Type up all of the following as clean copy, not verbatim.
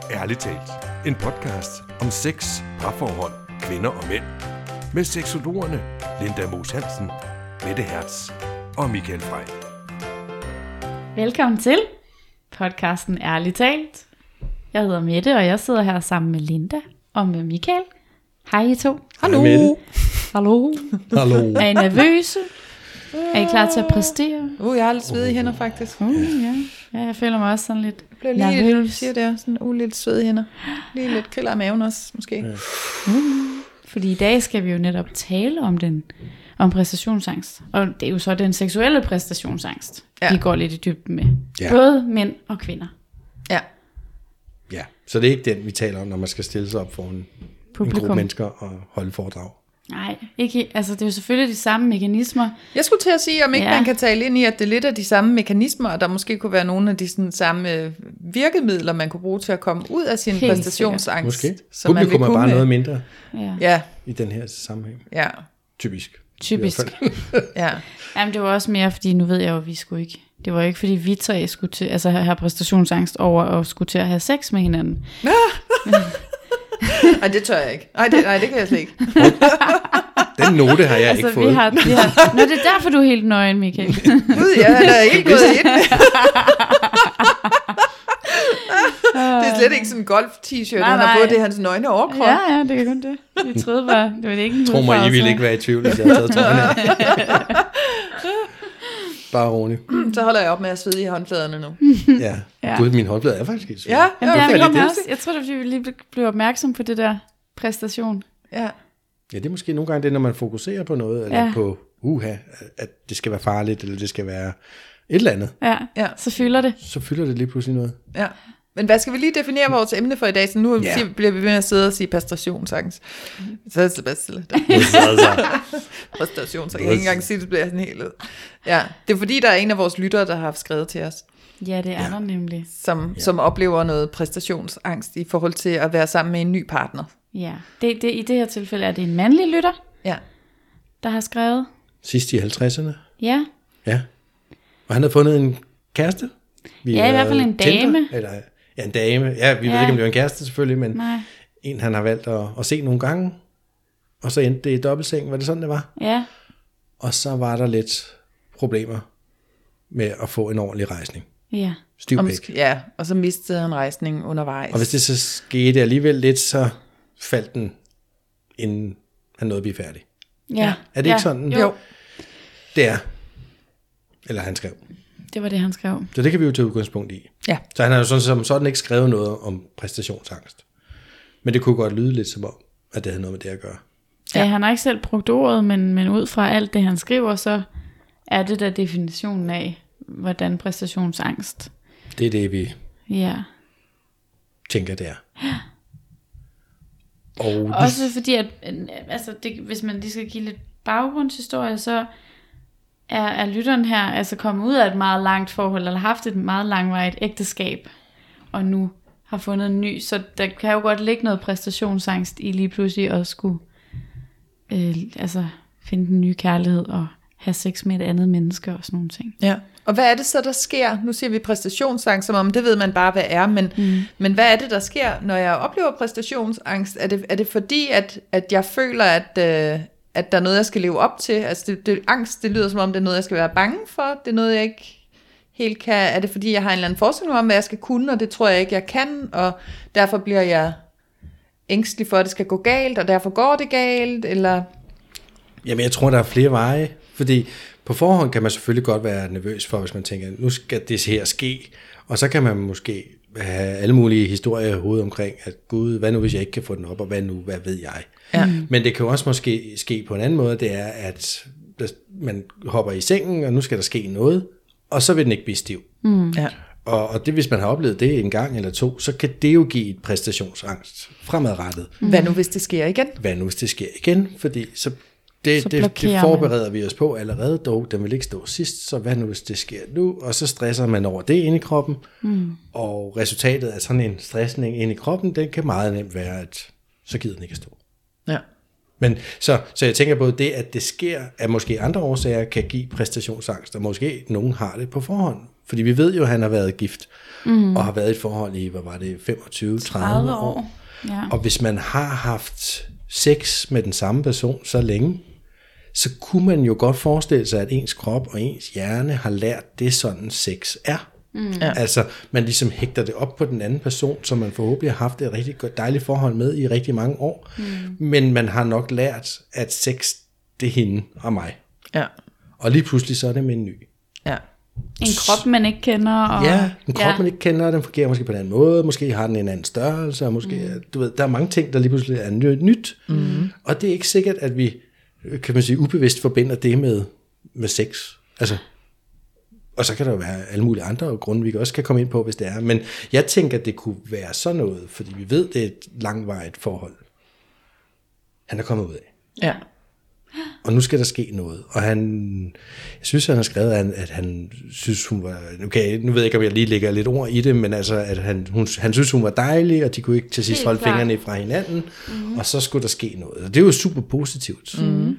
Ærligt talt. En podcast om sex, parforhold, kvinder og mænd. Med seksologerne Linda Moos Hansen, Mette Hertz og Michael Frey. Velkommen til podcasten Ærligt talt. Jeg hedder Mette, og jeg sidder her sammen med Linda og med Michael. Hej I to. Hallo. Hallo. Hallo. Er I nervøse? Er I klar til at præstere? Jeg har lidt sved i hænder faktisk. Ja, jeg føler mig også sådan lidt Jeg blev lige, nervøs. du siger det, sådan lidt sved i hænder. Lige lidt kriller af maven også, måske. Ja. Fordi i dag skal vi jo netop tale om præstationsangst. Og det er jo så den seksuelle præstationsangst, vi går lidt i dybden med. Ja. Både mænd og kvinder. Ja. Ja, så det er ikke den, vi taler om, når man skal stille sig op for en gruppe mennesker og holde foredrag. Nej, ikke, altså det er jo selvfølgelig de samme mekanismer. Jeg skulle til at sige, om ikke man kan tale ind i, at det er lidt af de samme mekanismer, og der måske kunne være nogle af de sådan, samme virkemidler, man kunne bruge til at komme ud af sin præstationsangst. Måske. Publikum er bare noget mindre i den her sammenhæng. Ja. Typisk. Ja. Jamen det var også mere, fordi nu ved jeg jo, at vi skulle ikke. Det var ikke, fordi vi tre skulle til, altså have præstationsangst over at skulle til at have sex med hinanden. Nej, det tør jeg ikke. Nej, det kan jeg slet ikke. Den note har jeg ikke fået. Nå, det er derfor, du er helt nøgen, Michael. Gud, jeg er helt gået ind. Det er slet ikke sådan en golf-t-shirt, han har på, det er hans nøgne overkrop. Ja, det kan kun det. Jeg troede bare, det var ikke en Tro mig, I ville ikke være i tvivl, hvis jeg havde taget trøjen af. Bare roligt. Så holder jeg op med at svede i håndfladerne nu. Ja. Gud, min håndflade er faktisk helt sved. Ja. Jeg tror, det vi lige blev opmærksom på det der præstation. Ja, det er måske nogle gange det, når man fokuserer på noget, eller på at det skal være farligt, eller det skal være et eller andet. Ja. Så fylder det. Så fylder det lige pludselig noget. Ja. Men hvad skal vi lige definere vores emne for i dag? Så nu bliver vi ved at sidde og sige præstationsangst. Præstationsangst. Jeg kan ikke engang sige, det bliver sådan helt ud. Ja, det er fordi, der er en af vores lyttere, der har skrevet til os. Ja, det er der nemlig. Som oplever noget præstationsangst i forhold til at være sammen med en ny partner. Ja, i det her tilfælde er det en mandlig lytter, der har skrevet. Sidst i 50'erne? Ja. Og han havde fundet en kæreste? I hvert fald en dame. En dame. Ja, vi ved ikke, om det var en kæreste selvfølgelig, men en, han har valgt at se nogle gange. Og så endte det i dobbeltseng. Var det sådan, det var? Ja. Og så var der lidt problemer med at få en ordentlig rejsning. Ja. Stiv pæk. Ja, og så mistede han rejsning undervejs. Og hvis det så skete alligevel lidt, så faldt den, inden han nåede at blive færdig. Ja. Er det ikke sådan? Jo. Det er. Eller han skrev. Det var det, han skrev. Så det kan vi jo tage udgangspunkt i. Ja. Så han har jo sådan ikke skrevet noget om præstationsangst. Men det kunne godt lyde lidt som om, at det havde noget med det at gøre. Ja, han har ikke selv brugt ordet, men ud fra alt det, han skriver, så er det der definitionen af, hvordan præstationsangst. Det er det, vi tænker, det er. Ja. Og også fordi, at hvis man lige skal give lidt baggrundshistorie, så er lytteren her altså kommet ud af et meget langt forhold, eller haft et meget langvarigt ægteskab, og nu har fundet en ny, så der kan jo godt ligge noget præstationsangst i lige pludselig at skulle finde den nye kærlighed og have sex med et andet menneske og sådan nogle ting. Ja. Og hvad er det så, der sker? Nu siger vi præstationsangst, som om det ved man bare, hvad er, men hvad er det, der sker, når jeg oplever præstationsangst? Er det fordi, at jeg føler, at der er noget, jeg skal leve op til? Altså angst, det lyder som om, det er noget, jeg skal være bange for. Det er noget, jeg ikke helt kan. Er det fordi, jeg har en eller anden forestilling om, hvad jeg skal kunne, og det tror jeg ikke, jeg kan, og derfor bliver jeg ængstelig for, at det skal gå galt, og derfor går det galt, eller? Jamen, jeg tror, der er flere veje, fordi på forhånd kan man selvfølgelig godt være nervøs for, hvis man tænker, nu skal det her ske, og så kan man måske have alle mulige historier i hovedet omkring, at gud, hvad nu hvis jeg ikke kan få den op, og hvad ved jeg? Ja. Men det kan jo også måske ske på en anden måde, det er, at man hopper i sengen, og nu skal der ske noget, og så vil den ikke blive stiv. Ja. Og det, hvis man har oplevet det en gang eller to, så kan det jo give et præstationsangst fremadrettet. Hvad nu hvis det sker igen? Hvad nu hvis det sker igen? Fordi det forbereder vi os på allerede, dog den vil ikke stå sidst, så hvad nu hvis det sker nu? Og så stresser man over det inde i kroppen, og resultatet af sådan en stressning inde i kroppen, den kan meget nemt være, at så gider den ikke at stå. Ja. Men så jeg tænker på det, at det sker, at måske andre årsager kan give præstationsangst, og måske nogen har det på forhånd, Fordi vi ved jo, at han har været gift, og har været i et forhold i, hvad var det, 25-30 år. Ja. Og hvis man har haft sex med den samme person så længe, så kunne man jo godt forestille sig, at ens krop og ens hjerne har lært det, sådan sex er. Ja. Altså, man ligesom hægter det op på den anden person, som man forhåbentlig har haft et rigtig godt, dejligt forhold med i rigtig mange år. Men man har nok lært, at sex, det er hende og mig. Ja. Og lige pludselig så er det med en ny. Ja. En krop, man ikke kender. Og, Ja, en krop, man ikke kender, den fungerer måske på en anden måde, måske har den en anden størrelse, og måske, du ved, der er mange ting, der lige pludselig er nyt. Og det er ikke sikkert, at vi, kan man sige, ubevidst forbinder det med sex. Altså, og så kan der jo være alle mulige andre grunde, vi også kan komme ind på, hvis det er. Men jeg tænker, at det kunne være sådan noget, fordi vi ved, det er et langvarigt forhold. Han er kommet ud af. Ja. Og nu skal der ske noget. Og jeg synes, han har skrevet, at han synes, hun var... Okay, nu ved jeg ikke, om jeg lige lægger lidt ord i det, men altså, at han synes, hun var dejlig, og de kunne ikke til sidst holde fingrene fra hinanden, og så skulle der ske noget. Og det er jo super positivt.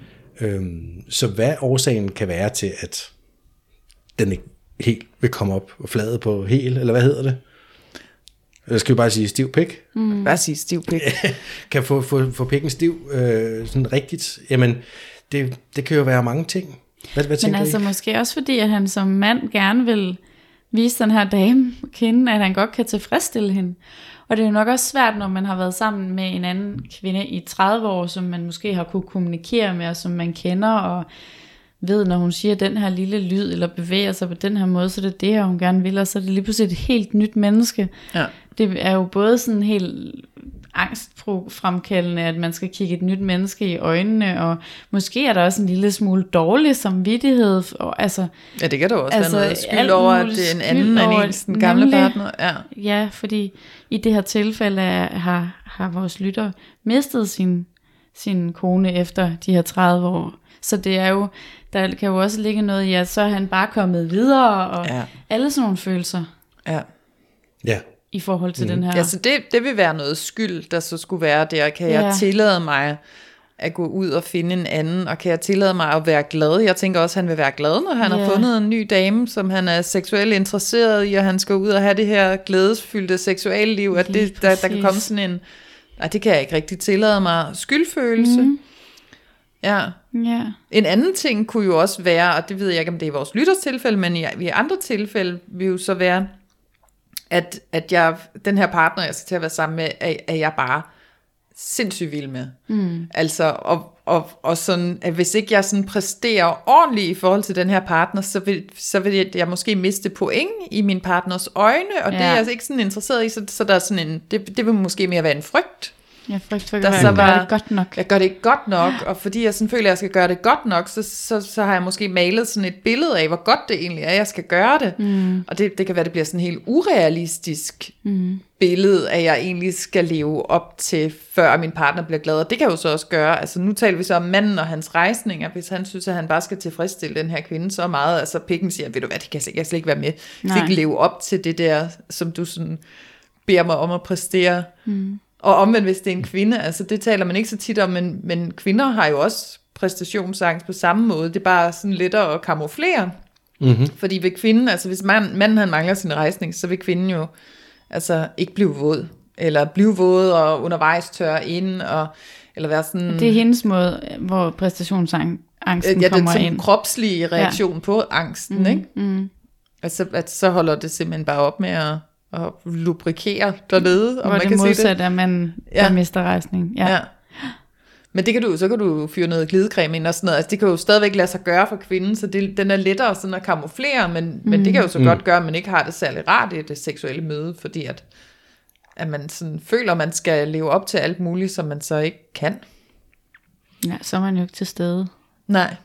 Så hvad årsagen kan være til, at den ikke helt vil komme op og flade på hel, eller hvad hedder det? Eller skal vi bare sige stiv pik? Bare sige stiv pik. Kan få pikken stiv sådan rigtigt. Jamen, det kan jo være mange ting. Hvad tænker Men altså I? måske også fordi, at han som mand gerne vil vise den her dame kende, at han godt kan tilfredsstille hende. Og det er jo nok også svært, når man har været sammen med en anden kvinde i 30 år, som man måske har kunne kommunikere med, og som man kender, og ved, når hun siger den her lille lyd, eller bevæger sig på den her måde, så det er det her, hun gerne vil, og så er det lige pludselig et helt nyt menneske. Ja. Det er jo både sådan helt angstfremkaldende, at man skal kigge et nyt menneske i øjnene, og måske er der også en lille smule dårlig samvittighed. Og, altså, Ja, det kan da også altså, være noget skyld over, at det er en anden end ens den gamle partner. Ja. Ja, fordi i det her tilfælde har vores lytter mistet sin kone efter de her 30 år. Så det er jo, der kan jo også ligge noget i, at så er han bare kommet videre, og alle sådan nogle følelser. Ja. Ja. I forhold til den her. Ja, så det vil være noget skyld, der så skulle være der. Kan jeg tillade mig at gå ud og finde en anden, og kan jeg tillade mig at være glad? Jeg tænker også, at han vil være glad, når han har fundet en ny dame, som han er seksuelt interesseret i, og han skal ud og have det her glædesfyldte seksualliv, at det, der kan komme sådan en, nej, det kan jeg ikke rigtig tillade mig, skyldfølelse. Ja. En anden ting kunne jo også være, og det ved jeg ikke, om det er i vores lytters tilfælde, men i andre tilfælde vil jo så være, at jeg, den her partner, jeg skal til at være sammen med, er jeg bare sindssygt vild med. Altså, og sådan, at hvis ikke jeg sådan præsterer ordentligt i forhold til den her partner, så vil jeg måske miste point i min partners øjne, og det er jeg ikke sådan interesseret i, så der er sådan en, det vil måske mere være en frygt. Jeg frygter, at jeg gør det godt nok. Jeg gør det ikke godt nok, og fordi jeg sådan føler, at jeg skal gøre det godt nok, så har jeg måske malet sådan et billede af, hvor godt det egentlig er, jeg skal gøre det. Og det kan være, det bliver sådan en helt urealistisk billede, at jeg egentlig skal leve op til, før min partner bliver glad. Og det kan jo så også gøre, altså nu taler vi så om manden og hans rejsninger, hvis han synes, at han bare skal tilfredsstille den her kvinde så meget, altså pikken siger, ved du hvad, jeg skal ikke være med. Jeg skal ikke leve op til det der, som du sådan beder mig om at præstere. Og omvendt, hvis det er en kvinde, altså det taler man ikke så tit om, men kvinder har jo også præstationsangst på samme måde. Det er bare sådan lettere at kamuflere. Fordi ved kvinden, altså hvis manden han mangler sin rejsning, så vil kvinden jo altså ikke blive våd. Eller blive våd og undervejs tørre ind, eller være sådan... Det er hendes måde, hvor præstationsangsten kommer ind. Ja, den kropslige reaktion på angsten, ikke? Altså, at så holder det simpelthen bare op med at lubrikere dernede. Hvor man det modsatte er, man der mister rejsning. Ja. Men det så kan du fyre noget glidecreme ind og sådan noget. Altså, det kan jo stadigvæk lade sig gøre for kvinden, så den er lettere sådan at kamuflere, men det kan jo så godt gøre, at man ikke har det særlig rart i det seksuelle møde, fordi at man sådan føler, at man skal leve op til alt muligt, som man så ikke kan. Ja, så er man jo ikke til stede. Nej.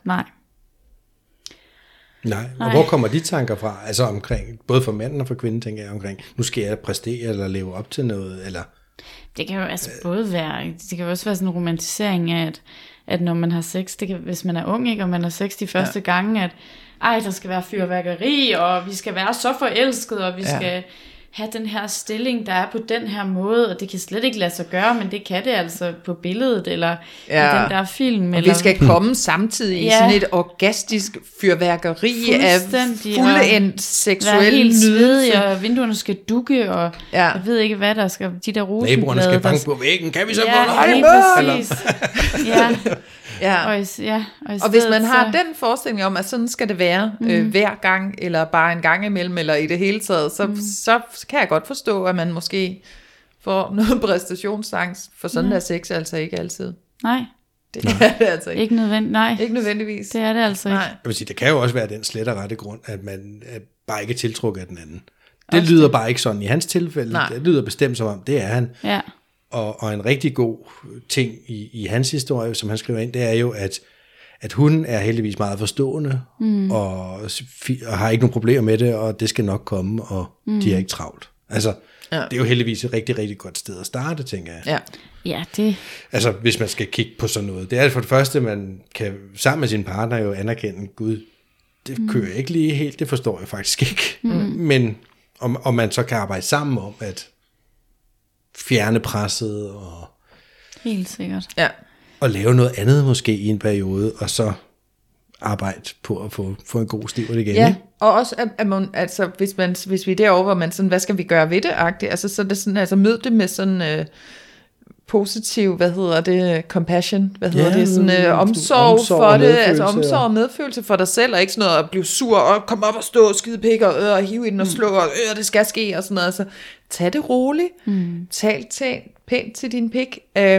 Nej, og hvor kommer de tanker fra? Altså omkring, både for manden og for kvinden, tænker jeg omkring, nu skal jeg præstere eller leve op til noget, eller... Det kan jo altså både være, det kan jo også være sådan en romantisering af, at når man har sex, det kan, hvis man er ung, ikke, og man har sex de første gange, at der skal være fyrværkeri, og vi skal være så forelskede, og vi skal have den her stilling, der er på den her måde, og det kan slet ikke lade sig gøre, men det kan det altså på billedet, eller i den der film. Og eller... vi skal komme samtidig i sådan et orgastisk fyrværkeri af fuldendt seksuel nydelse. Og vinduerne skal dukke, og jeg ved ikke, hvad der skal, de der roseblade. Naboerne skal banke på væggen, kan vi så og hvis man har den forestilling om, at sådan skal det være hver gang, eller bare en gang imellem, eller i det hele taget, så kan jeg godt forstå, at man måske får noget præstationsangst, for sådan er sex altså ikke altid. Nej. Det er det altså ikke. Ikke nødvendigvis. Det er det altså ikke. Jeg vil sige, det kan jo også være den slet og rette grund, at man bare ikke er tiltrukket af den anden. Det lyder bare ikke sådan i hans tilfælde. Nej. Det lyder bestemt som om, det er han. Ja. Og en rigtig god ting i hans historie, som han skriver ind, det er jo, at hun er heldigvis meget forstående, og har ikke nogen problemer med det, og det skal nok komme, og de er ikke travlt. Altså, det er jo heldigvis et rigtig, rigtig godt sted at starte, tænker jeg. Ja, det... Altså, hvis man skal kigge på sådan noget. Det er for det første, man kan sammen med sin partner jo anerkende, Gud, det kører ikke lige helt, det forstår jeg faktisk ikke. Men om man så kan arbejde sammen om at fjerne presset og helt sikkert. Ja. Og lave noget andet måske i en periode, og så arbejde på at få en god stiv igen. Ja, og også at man, altså hvis vi er derovre, hvor man sådan, hvad skal vi gøre ved det-agtigt, altså så er det sådan, altså mød det med sådan positiv, compassion, sådan omsorg for det, altså omsorg og medfølelse for dig selv, og ikke sådan noget at blive sur, og komme op og stå og skide pik, og hive i den og slå, og det skal ske, og sådan noget, altså tag det roligt, tal pænt til din pik,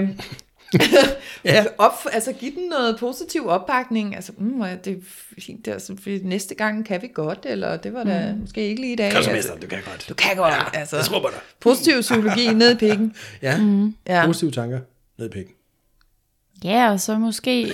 altså giv den noget positiv opbakning, altså det er fint, altså, næste gang kan vi godt, eller det var da måske ikke lige i dag. Kom så, mester, du kan godt. Du kan godt, altså. Jeg tror på dig. Positiv psykologi ned i pikken. Positive tanker ned i pikken. Ja, og så måske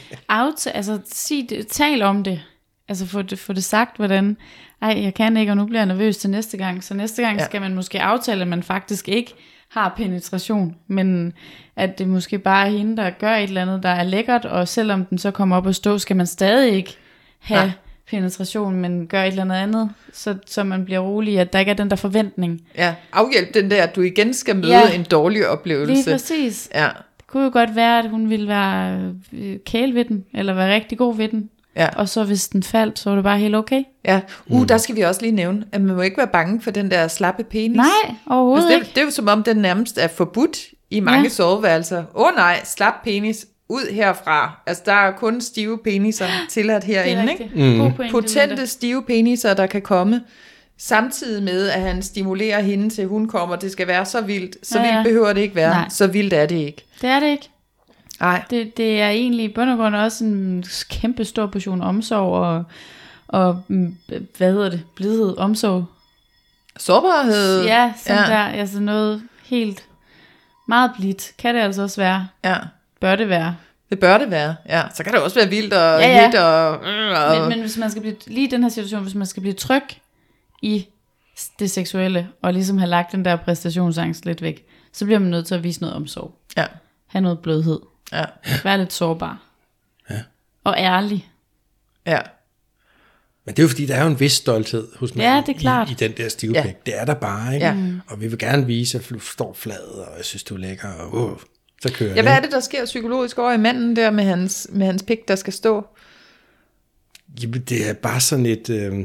tal om det, altså få det sagt, hvordan, jeg kan ikke, og nu bliver jeg nervøs til næste gang, så næste gang skal man måske aftale, at man faktisk ikke har penetration, men at det måske bare er hende, der gør et eller andet, der er lækkert, og selvom den så kommer op og stå, skal man stadig ikke have penetration, men gøre et eller andet, så man bliver rolig, at der ikke er den der forventning. Ja, afhjælp den der, at du igen skal møde en dårlig oplevelse. Lige præcis. Ja. Det kunne jo godt være, at hun ville være kæle ved den, eller være rigtig god ved den. Ja. Og så hvis den faldt, så var det bare helt okay. Ja, der skal vi også lige nævne, at man må ikke være bange for den der slappe penis. Nej, overhovedet ikke. Det er jo som om, den nærmest er forbudt i mange soveværelser. Nej, slap penis ud herfra. Altså, der er kun stive peniser tilladt herinde, ikke? Potente stive peniser, der kan komme, samtidig med, at han stimulerer hende til, hun kommer. Det skal være så vildt. Så vildt behøver det ikke være. Nej. Så vildt er det ikke. Det er det ikke. Nej. Det er egentlig i bund og grund også en kæmpe stor portion omsorg og blidhed, omsorg. Sårbarhed. Ja, sådan der, altså noget helt meget blidt, kan det altså også være. Ja. Bør det være. Det bør det være, ja. Så kan det også være vildt og hit og... Men hvis man skal blive, lige i den her situation, hvis man skal blive tryg i det seksuelle, og ligesom have lagt den der præstationsangst lidt væk, så bliver man nødt til at vise noget omsorg. Ja. Have noget blødhed. Ja. Være lidt sårbar. Ja. Og ærlig. Ja. Men det er jo fordi, der er jo en vis stolthed hos mig i den der stivepæk. Ja. Det er der bare, ikke? Ja. Og vi vil gerne vise, at du står flad, og jeg synes, du er lækker, og så kører hvad er det, der sker psykologisk over i manden der med hans pik, der skal stå? Jamen, det er bare sådan et...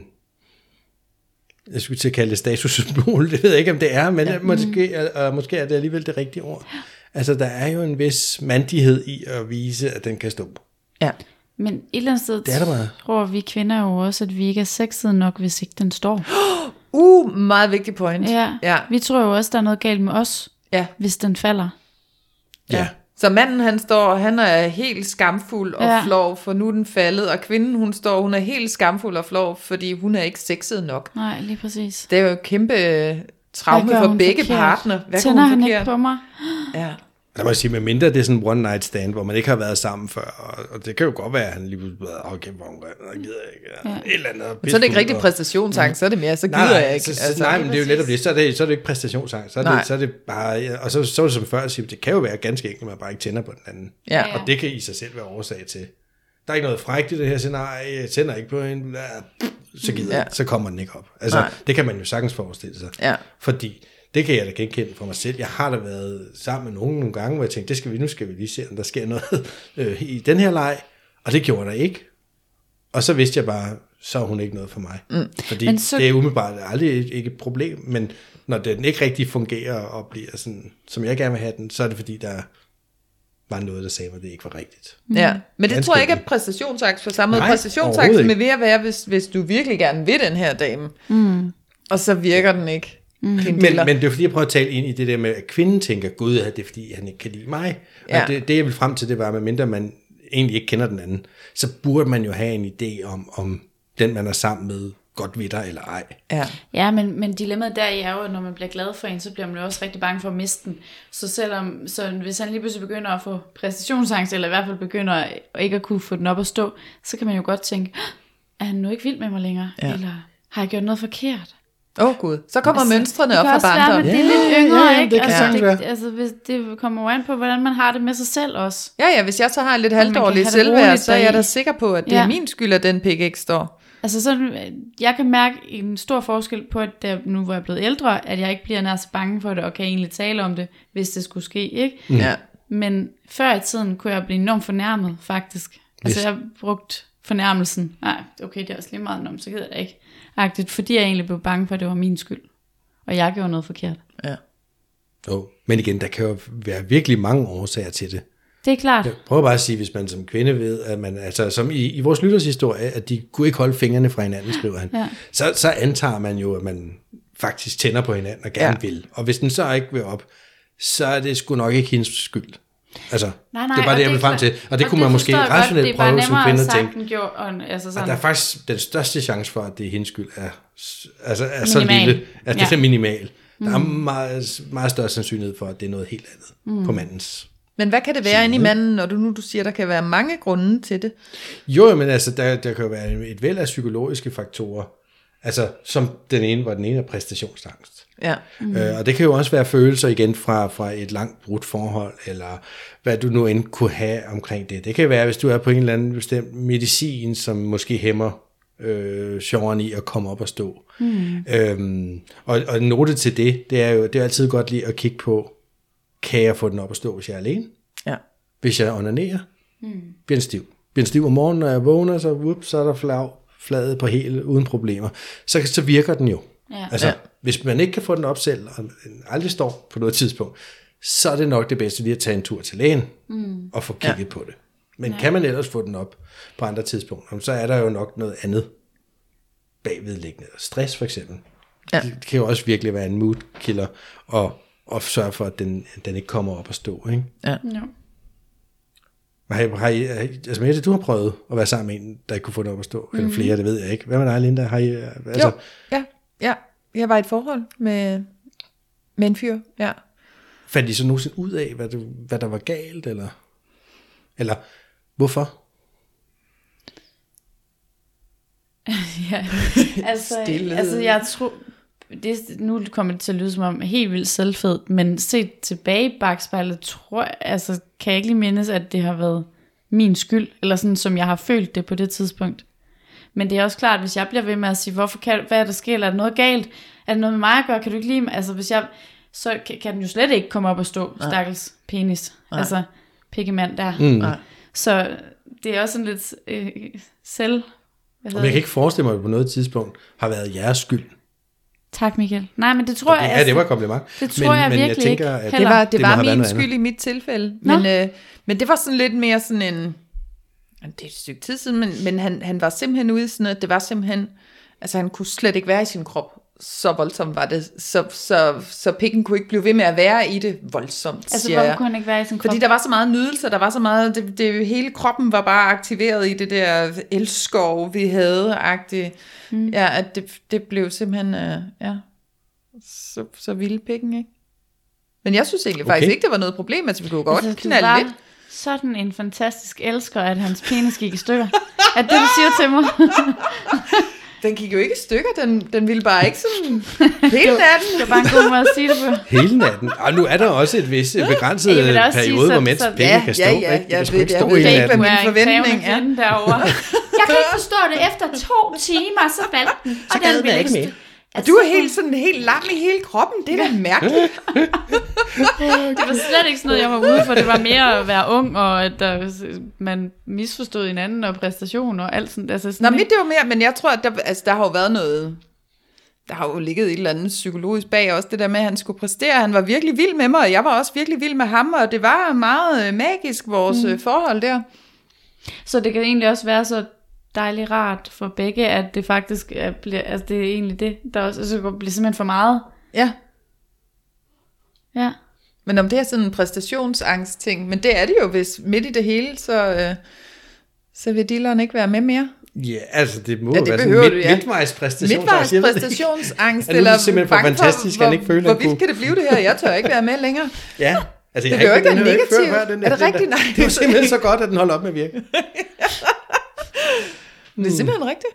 jeg skulle til at kalde det statussymbol. Det ved jeg ikke, om det er, men måske er det alligevel det rigtige ord. Altså, der er jo en vis mandighed i at vise, at den kan stå. Ja. Men et eller andet sted tror vi kvinder jo også, at vi ikke er sexede nok, hvis ikke den står. Meget vigtig point. Ja. Vi tror jo også, der er noget galt med os, hvis den falder. Ja. Så manden, han står, han er helt skamfuld og flov, for nu er den faldet, og kvinden, hun er helt skamfuld og flov, fordi hun er ikke sexet nok. Nej, lige præcis. Det er jo et kæmpe traume for begge partner. Hvad tænder han ikke på mig? Ja. Der må jeg sige, med mindre det er sådan en one night stand, hvor man ikke har været sammen før, og det kan jo godt være, at han lige pludselig okay, hvor hun gider ikke, et eller andet. Men så er det ikke rigtig præstationsangst, så er det mere, så gider jeg ikke. Nej, men det er jo netop det, så er det ikke præstationsangst, så er det bare, og så er det som før at sige, det kan jo være ganske enkelt, at man bare ikke tænder på den anden. Ja. Og det kan i sig selv være årsag til. Der er ikke noget frækt i det her scenarie, jeg tænder ikke på hende, så kommer den ikke op. Altså, det kan man jo sagtens forestille sig. Ja. Fordi, det kan jeg da genkende for mig selv. Jeg har da været sammen med nogen nogle gange, hvor jeg tænkte, nu skal vi lige se, om der sker noget i den her leg. Og det gjorde der ikke. Og så vidste jeg bare, så er hun ikke noget for mig. Fordi det er umiddelbart aldrig ikke et problem, men når den ikke rigtig fungerer og bliver sådan, som jeg gerne vil have den, så er det fordi, der var noget, der sagde mig, at det ikke var rigtigt. Ja, men det tror jeg ikke er præstationsangst på samme måde. Præstationsangst er ved at være, hvis du virkelig gerne vil den her dame, og så virker den ikke. Men det er fordi, jeg prøver at tale ind i det der med, at kvinden tænker, gud, det er fordi, han ikke kan lide mig. Og det jeg vil frem til, det var, at medmindre man egentlig ikke kender den anden, så burde man jo have en idé om den, man er sammen med, godt ved dig eller ej. Ja, men dilemmaet der er jo, at når man bliver glad for en, så bliver man jo også rigtig bange for at miste den. Så hvis han lige pludselig begynder at få præstationsangst, eller i hvert fald begynder at ikke at kunne få den op at stå, så kan man jo godt tænke, er han nu ikke vild med mig længere? Eller har jeg gjort noget forkert? Gud, så kommer mønstrene op fra barndommen. Det er lidt yngre, ikke? Det kan hvis det kommer jo an på, hvordan man har det med sig selv også. Ja, hvis jeg så har lidt halvdårligt selvværd, så er jeg da sikker på, at det er min skyld, at den pik ikke står. Altså så, jeg kan mærke en stor forskel på, at nu hvor jeg er blevet ældre, at jeg ikke bliver nær så bange for det, og kan egentlig tale om det, hvis det skulle ske, ikke? Ja. Men før i tiden kunne jeg blive enormt fornærmet, faktisk. Altså jeg brugte fornærmelsen, nej, okay, det er også lige meget, så gider jeg det ikke. Fordi jeg egentlig blev bange for, at det var min skyld. Og jeg gjorde noget forkert. Ja. Men igen, der kan jo være virkelig mange årsager til det. Det er klart. Jeg prøver bare at sige, hvis man som kvinde ved, at man, altså som i vores lyttershistorie, at de kunne ikke holde fingrene fra hinanden, skriver han, så antager man jo, at man faktisk tænder på hinanden og gerne vil. Og hvis den så ikke vil op, så er det sgu nok ikke hendes skyld. Altså, nej, det er bare det, jeg vil frem til. Og det kunne man måske rationelt prøve som kvinde at tænke. At der er faktisk den største chance for, at det er hendes skyld, er så lille, at det er minimal. Der er meget, meget større sandsynlighed for, at det er noget helt andet på mandens. Men hvad kan det være inde i manden, når du siger, der kan være mange grunde til det? Jo, men altså, der kan jo være et væld af psykologiske faktorer. Altså, som den ene er præstationsangst. Ja. Og det kan jo også være følelser igen fra et langt brudt forhold, eller hvad du nu end kunne have omkring det. Det kan være, hvis du er på en eller anden bestemt medicin, som måske hæmmer sjoveren i at komme op og stå. Og en note til det er jo, det er altid godt lige at kigge på, kan jeg få den op at stå, hvis jeg er alene? Ja. Hvis jeg onanerer, bliver den stiv. Bliver den stiv om morgenen, når jeg vågner, så er der fladet på hele, uden problemer. Så virker den jo. Ja. Altså, hvis man ikke kan få den op selv, og den aldrig står på noget tidspunkt, så er det nok det bedste lige at tage en tur til lægen, og få kigget på det. Men kan man ellers få den op på andre tidspunkter, så er der jo nok noget andet bagvedliggende. Stress for eksempel. Ja. Det kan jo også virkelig være en mood killer, og sørge for, at den ikke kommer op at stå. Ikke? Ja. Har I, altså Mette, du har prøvet at være sammen med en, der ikke kunne få det op at stå, eller flere, det ved jeg ikke. Hvad med dig, Linda? Har I, altså... Ja. Jeg var i et forhold med en fyr, ja. Fandt I så nogensinde ud af, hvad der var galt, eller hvorfor? altså jeg tror, nu kommer det til at lyde som om helt vildt selvfed, men set tilbage i bagspejlet, kan jeg ikke lige mindes, at det har været min skyld, eller sådan, som jeg har følt det på det tidspunkt. Men det er også klart, hvis jeg bliver ved med at sige, hvad er der sker, er der noget galt, er det noget med mig at gøre, kan du ikke lide mig? Altså så kan den jo slet ikke komme op og stå, stakkels penis, altså pikkemand der. Så det er også sådan lidt selv... Men jeg kan ikke forestille mig, at på noget tidspunkt har været jeres skyld. Tak, Michael. Nej, men det tror jeg... Ja, det var et kompliment. Det tror jeg virkelig jeg tænker, ikke. At det var min skyld i mit tilfælde. Men det var sådan lidt mere sådan en... Det er et stykke tid siden, men han var simpelthen ude i sådan noget, det var simpelthen... Altså, han kunne slet ikke være i sin krop. Så voldsomt var det. Så pikken kunne ikke blive ved med at være i det voldsomt. Altså, hvorfor kunne han ikke være i sin krop? Fordi der var så meget nydelse, der var så meget... hele kroppen var bare aktiveret i det der elskov, vi havde-agtigt. Ja, at det blev simpelthen... så vild pikken, ikke? Men jeg synes egentlig faktisk ikke, det var noget problem. Altså, vi kunne godt knalde lidt. Sådan en fantastisk elsker, at hans penis gik i stykker. Er det, du siger til mig? Den gik jo ikke i stykker, den ville bare ikke sådan hele natten. Det var bare en god måde at sige det på. Hele natten. Og nu er der også et vis begrænset periode, hvor mænds penge kan stå. Ja, jeg ved ikke, hvad min forventning er. Jeg kan ikke forstå det. Efter 2 timer, så faldt den. Så gad jeg ikke mere. Og du er helt lam i hele kroppen. Det er da mærkeligt. Det var slet ikke sådan noget, jeg var ude for. Det var mere at være ung, og at man misforstod hinanden og præstation og alt sådan. Altså sådan mit det var mere, men jeg tror, at der har jo været noget... Der har jo ligget et eller andet psykologisk bag også, det der med, at han skulle præstere. Han var virkelig vild med mig, og jeg var også virkelig vild med ham, og det var meget magisk, vores forhold der. Så det kan egentlig også være så dejligt rart for begge, at det faktisk bliver, altså det er egentlig det, der også altså, bliver simpelthen for meget. Ja. Ja. Men om det er sådan en præstationsangst ting, men det er det jo, hvis midt i det hele, så vil dealeren ikke være med mere. Ja, altså det må det være sådan midtvejspræstationsangst. Midtvejspræstationsangst, eller er simpelthen for fantastisk, han ikke føler hvor vildt kan det blive det her? Jeg tør ikke være med længere. Ja, altså det er jo ikke negativt. Er det rigtigt? Nej. Det er simpelthen så godt, at den holder op med at virke. Det er simpelthen rigtigt.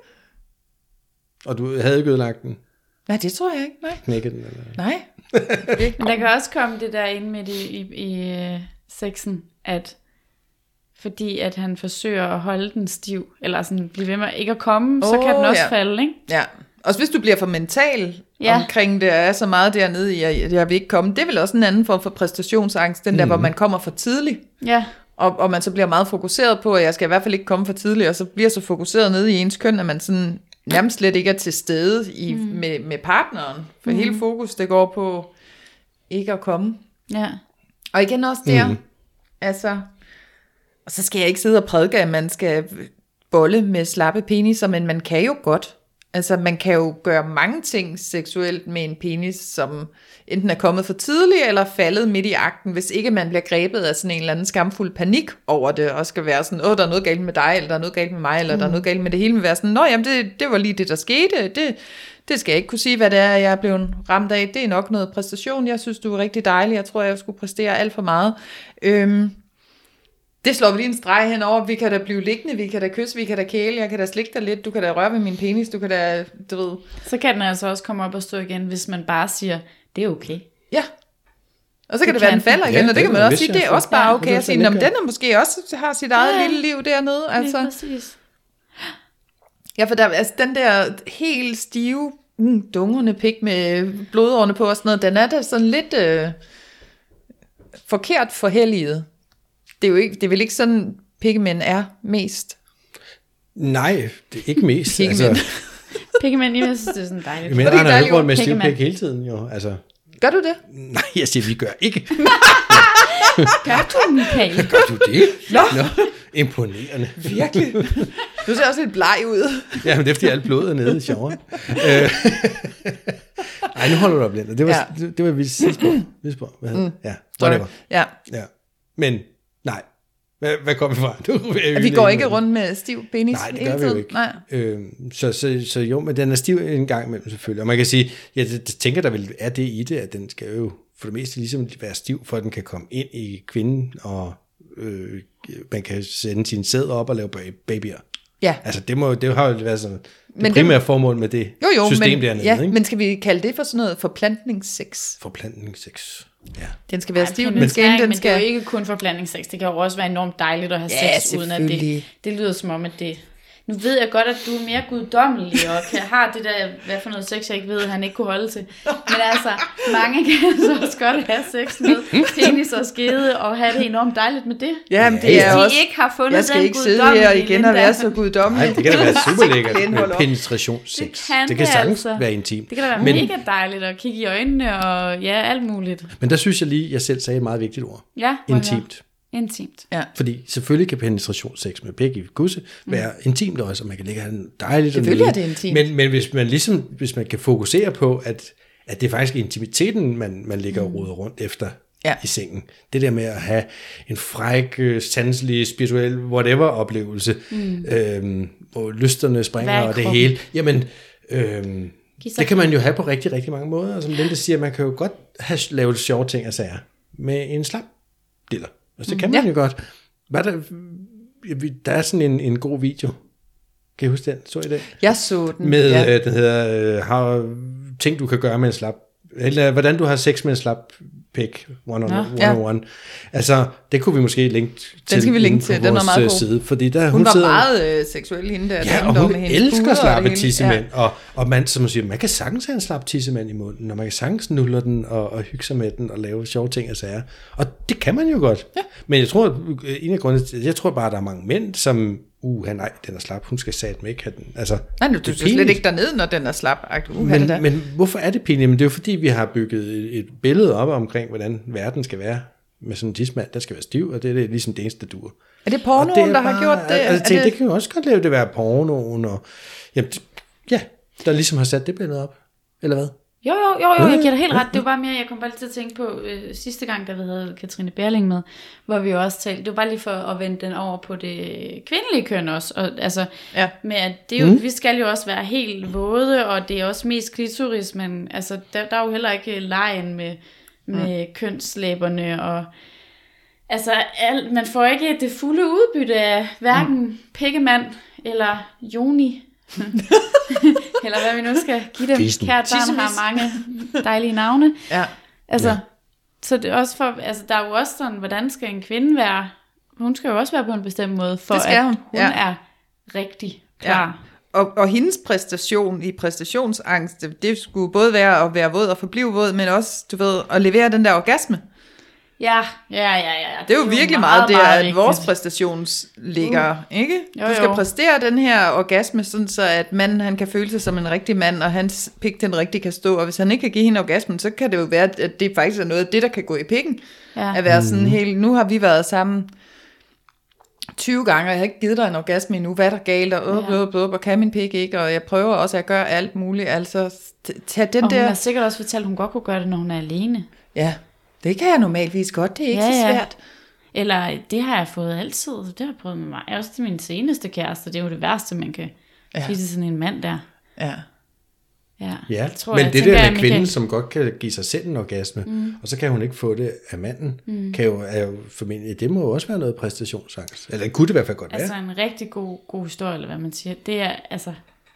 Og du havde ikke ødelagt den? Nej, det tror jeg ikke. Nej. Knækket den? Eller? Nej. Men der kan også komme det der ind midt i sexen, at fordi at han forsøger at holde den stiv, eller sådan blive ved med ikke at komme, så kan den også falde, ikke? Ja. Også hvis du bliver for mental omkring det, og er så meget dernede i, at jeg vil ikke komme. Det er vel også en anden form for præstationsangst, den der, hvor man kommer for tidligt. Ja. Og man så bliver meget fokuseret på, at jeg skal i hvert fald ikke komme for tidligt, og så bliver så fokuseret nede i ens køn, at man sådan nærmest slet ikke er til stede med partneren. For hele fokus, det går på ikke at komme. Ja. Og igen også der, altså, og så skal jeg ikke sidde og prædike, at man skal bolle med slappe peniser, men man kan jo godt. Altså, man kan jo gøre mange ting seksuelt med en penis, som enten er kommet for tidligt, eller faldet midt i akten, hvis ikke man bliver grebet af sådan en eller anden skamfuld panik over det, og skal være sådan, der er noget galt med dig, eller der er noget galt med mig, eller der er noget galt med det hele, men være sådan, jamen, det var lige det, der skete, det skal jeg ikke kunne sige, hvad det er, jeg er blevet ramt af, det er nok noget præstation, jeg synes, du er rigtig dejlig, jeg tror, jeg skulle præstere alt for meget. Det slår vi lige en streg henover. Vi kan da blive liggende, vi kan da kysse, vi kan da kæle, jeg kan da slikke dig lidt, du kan da røre ved min penis, du kan da, du ved. Så kan den altså også komme op og stå igen, hvis man bare siger, det er okay. Ja. Og så kan det være, den falder igen, og det kan man også sige, det er også bare okay at sige, men den er måske også har sit eget lille liv dernede. Altså. Ja, præcis. Ja, for der, altså, den der helt stive, dungerne pik med blodårene på og sådan noget, den er da sådan lidt forkert forhelliget. Det er vel ikke sådan, pikkemænd er mest? Nej, det er ikke mest. Pikkemænd. Pikkemænd, jeg synes, det er sådan dejligt. Men han har jo rundt med stivpik hele tiden, jo. Altså. Gør du det? Nej, jeg siger, vi gør ikke. Gør du, Michael? Gør du det? Nå. Imponerende. Virkelig. Du ser også lidt bleg ud. Ja, men det er fordi alt blodet er nede i sjoveren. Ej, nu holder du op, Linda. Det var vi sidst på. Hvad hedder det? Ja, whatever. Ja. Men nej. Hvad kommer vi fra? Vi går ikke rundt med stiv penis. Nej, det gør vi jo ikke. Nej. Så jo, men den er stiv en gang imellem selvfølgelig. Og man kan sige, jeg tænker, der vel er det i det, at den skal jo for det meste ligesom være stiv, for at den kan komme ind i kvinden, og man kan sende sin sæd op og lave babyer. Ja. Altså det har jo været sådan det primære formål med det system dernede. Ja, ikke? Men skal vi kalde det for sådan noget forplantningssex? Forplantningssex. Ja. Den skal være stiv, men det er jo ikke kun forplantningssex. Det kan jo også være enormt dejligt at have sex, uden at det lyder som om, at det... Nu ved jeg godt, at du er mere guddommelig, og har det der, hvad for noget sex, jeg ikke ved, han ikke kunne holde til. Men altså, mange kan så også godt have sex med penis og skede, og have det enormt dejligt med det. Ja, men det er hvis også... de ikke har fundet jeg skal ikke sidde her igen og være så guddommelig. Nej, det kan da være super lækkert med penetrationssex. Det kan sagtens være intimt. Det kan da være mega dejligt at kigge i øjnene, og ja, alt muligt. Men der synes jeg lige, jeg selv sagde et meget vigtigt ord. Ja, intimt. Intimt. Ja. Fordi selvfølgelig kan penetrationssex med begge kusse være intimt også, og man kan ligge dejligt. Selvfølgelig er det intimt. Men hvis man kan fokusere på, at det er faktisk intimiteten, man ligger og roder rundt efter i sengen. Det der med at have en fræk, sanselig, spirituel, whatever oplevelse, hvor lysterne springer og det hele. Jamen, det kan man jo have på rigtig, rigtig mange måder. Og som Linda siger, man kan jo godt have lavet sjove ting af sager med en slap diller. Og så kan man jo godt. Der er sådan en god video. Kan I huske den? Så I den? Jeg så den. Med, den hedder, ting du kan gøre med en slap, eller hvordan du har sex med en slap pik, one-on-one. Altså, det kunne vi måske linke til. Den skal vi linke til, den var meget god. Side, fordi der, hun var meget seksuel hende der. Ja, og hun elsker slappe tissemænd, og man, som man siger, man kan sagtens have en slap tissemand i munden, og man kan sagtens nulle den, og hygge sig med den, og lave sjove ting og sager. Og det kan man jo godt. Ja. Men jeg tror, en af grundene, jeg tror bare, der er mange mænd, som nej, den er slap, hun skal satme ikke have den. Altså, nej, du skal slet ikke dernede, når den er slap. Men hvorfor er det pinligt? Men det er jo fordi, vi har bygget et billede op omkring, hvordan verden skal være med sådan en tidsmand, der skal være stiv, og det er ligesom det eneste, der duer. Er det pornoen, der har gjort det? Altså, det kan jo også godt lave det være pornoen, og jamen, der ligesom har sat det billede op, eller hvad? Jo, jeg giver dig helt ret. Det var bare mere, jeg kom bare lige til at tænke på sidste gang, da vi havde Katrine Berling med, hvor vi jo også talte, det var bare lige for at vende den over på det kvindelige køn også, og altså, med at det er jo, vi skal jo også være helt våde, og det er også mest klitoris, men altså, der er jo heller ikke lejen med kønslæberne, og altså, man får ikke det fulde udbytte af hverken pikkemand eller joni. Eller hvad vi nu skal give dem. Kært barn har mange dejlige navne. Ja. Altså, så det er også for, altså der er jo også sådan, hvordan skal en kvinde være? Hun skal jo også være på en bestemt måde, for at hun er rigtig klar. Ja. Og hendes præstation i præstationsangst, det skulle både være at være våd og forblive våd, men også, du ved, at levere den der orgasme. Ja. Det er jo virkelig meget der, at vores præstations ligger, ikke? Du skal præstere den her orgasme, sådan så at manden, han kan føle sig som en rigtig mand, og hans pik, den rigtig kan stå, og hvis han ikke kan give hende orgasmen, så kan det jo være, at det faktisk er noget af det, der kan gå i pikken. Ja. At være sådan helt, nu har vi været sammen 20 gange, og jeg har ikke givet dig en orgasme endnu, hvad er der galt, og kan min pik ikke, og jeg prøver også at gøre alt muligt, altså tag den og der... hun har sikkert også fortalt, at hun godt kunne gøre det, når hun er alene. Ja. Det kan jeg normalvis godt, det er ikke så svært. Eller det har jeg fået altid, det har jeg prøvet med mig. Også til min seneste kæreste, det er jo det værste, man kan sige til sådan en mand der. Ja. Jeg tror, men det der med kvinden, som godt kan give sig selv en orgasme, og så kan hun ikke få det af manden, er jo formentlig, det må jo også være noget præstationsangst. Eller kunne det i hvert fald godt være. Altså en rigtig god historie, eller hvad man siger. Det er altså,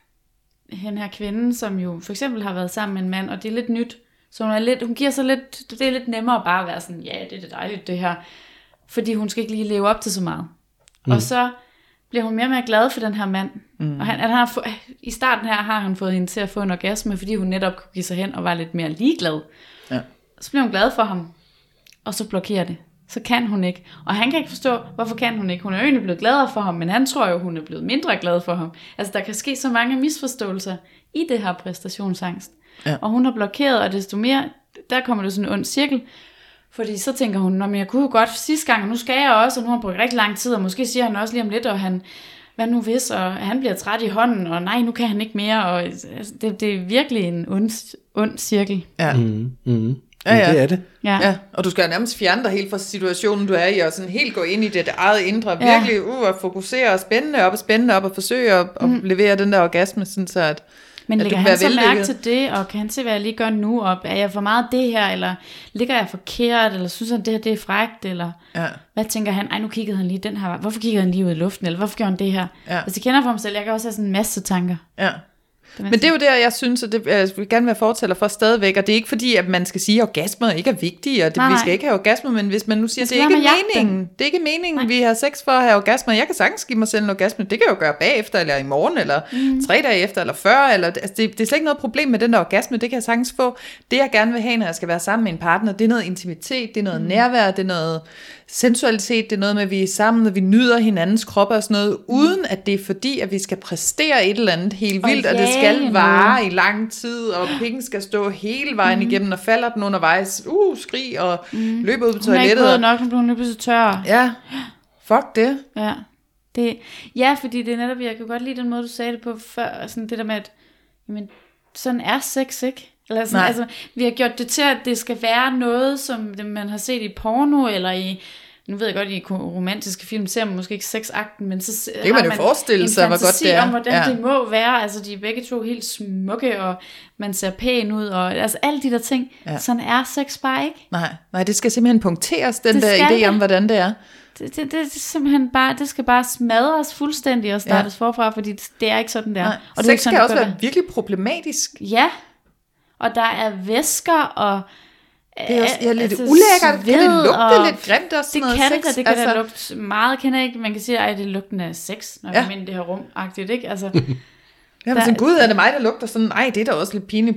hende her kvinde, som jo for eksempel har været sammen med en mand, og det er lidt nyt, så hun giver sig lidt, det er lidt nemmere bare at være sådan, ja, det er dejligt det her, fordi hun skal ikke lige leve op til så meget. Og så bliver hun mere og mere glad for den her mand. Og han har i starten her har han fået hende til at få en orgasme, fordi hun netop kunne give sig hen og var lidt mere ligeglad. Ja. Så bliver hun glad for ham, og så blokerer det. Så kan hun ikke. Og han kan ikke forstå, hvorfor kan hun ikke. Hun er jo egentlig blevet gladere for ham, men han tror jo, hun er blevet mindre glad for ham. Altså der kan ske så mange misforståelser i det her præstationsangst. Ja. Og hun har blokeret, og desto mere, der kommer det sådan en ond cirkel, fordi så tænker hun, men jeg kunne godt sidste gang, og nu skal jeg også, og nu har han brugt rigtig lang tid, og måske siger han også lige om lidt, og han, hvad nu hvis, og han bliver træt i hånden, og nej, nu kan han ikke mere, og altså, det er virkelig en ond cirkel. Ja. Ja. Det er det. Ja. Og du skal nærmest fjerne dig helt fra situationen, du er i, og sådan helt gå ind i det eget indre, virkelig at fokusere og spænde op, og forsøge at levere den der orgasme, sådan så at men lægger han så mærke til det, og kan han se, hvad jeg lige gør nu, og er jeg for meget det her, eller ligger jeg forkert, eller synes han, det her det er frækt, eller hvad tænker han, nu kiggede han lige den her, hvorfor kiggede han lige ud i luften, eller hvorfor gjorde han det her? Hvis jeg kender for mig selv, jeg kan også have sådan en masse tanker. Ja. Men det er jo der, jeg synes, at jeg vil gerne være fortæller for stadigvæk, og det er ikke fordi, at man skal sige, at orgasmer ikke er vigtige, og vi skal ikke have orgasmer, men hvis man nu siger, at det er ikke meningen, det er ikke meningen, vi har sex for at have orgasmer, jeg kan sagtens give mig selv en orgasme, det kan jeg jo gøre bagefter, eller i morgen, eller 3 dage efter, eller før, eller, altså det er slet ikke noget problem med den der orgasme, det kan jeg sagtens få. Det jeg gerne vil have, når jeg skal være sammen med en partner, det er noget intimitet, det er noget nærvær, det er noget sensualitet, det er noget med, at vi er sammen, og vi nyder hinandens kroppe og sådan noget, uden at det er fordi, at vi skal præstere et eller andet helt vildt, og det skal vare i lang tid, og pikken skal stå hele vejen igennem, og falder den undervejs, skrig, og løber ud på toilettet. Hun er ikke nok, hun bliver løbet så tør. Ja, fuck det. Ja, fordi det er netop, jeg kan godt lide den måde, du sagde det på før, sådan det der med, at jamen, sådan er sex, ikke? Eller sådan, altså, vi har gjort det til, at det skal være noget, som man har set i porno, eller i, nu ved jeg godt, i romantiske film ser man måske ikke sexakten, men så det kan man jo forestille sig, hvor godt det er. Om, hvordan det må være, altså de er begge to helt smukke, og man ser pæn ud, og altså alle de der ting, sådan er sex bare ikke. Nej, det skal simpelthen punkteres, den der idé om, hvordan det er. Det er simpelthen bare, det skal bare smadres fuldstændig og startes forfra, fordi det er ikke sådan der. Og det sex kan også være virkelig problematisk. Ja, og der er væsker, og det er også lidt ulækkert. Kan det lugte lidt grimt og sådan noget sex? Det kan da lugte meget, kan jeg ikke. Man kan sige, at det lugten af sex, når jeg mener det her rum-agtigt, ikke? Altså, men sådan, gud, er det mig, der lugter sådan? Ej, det er da også lidt pinligt.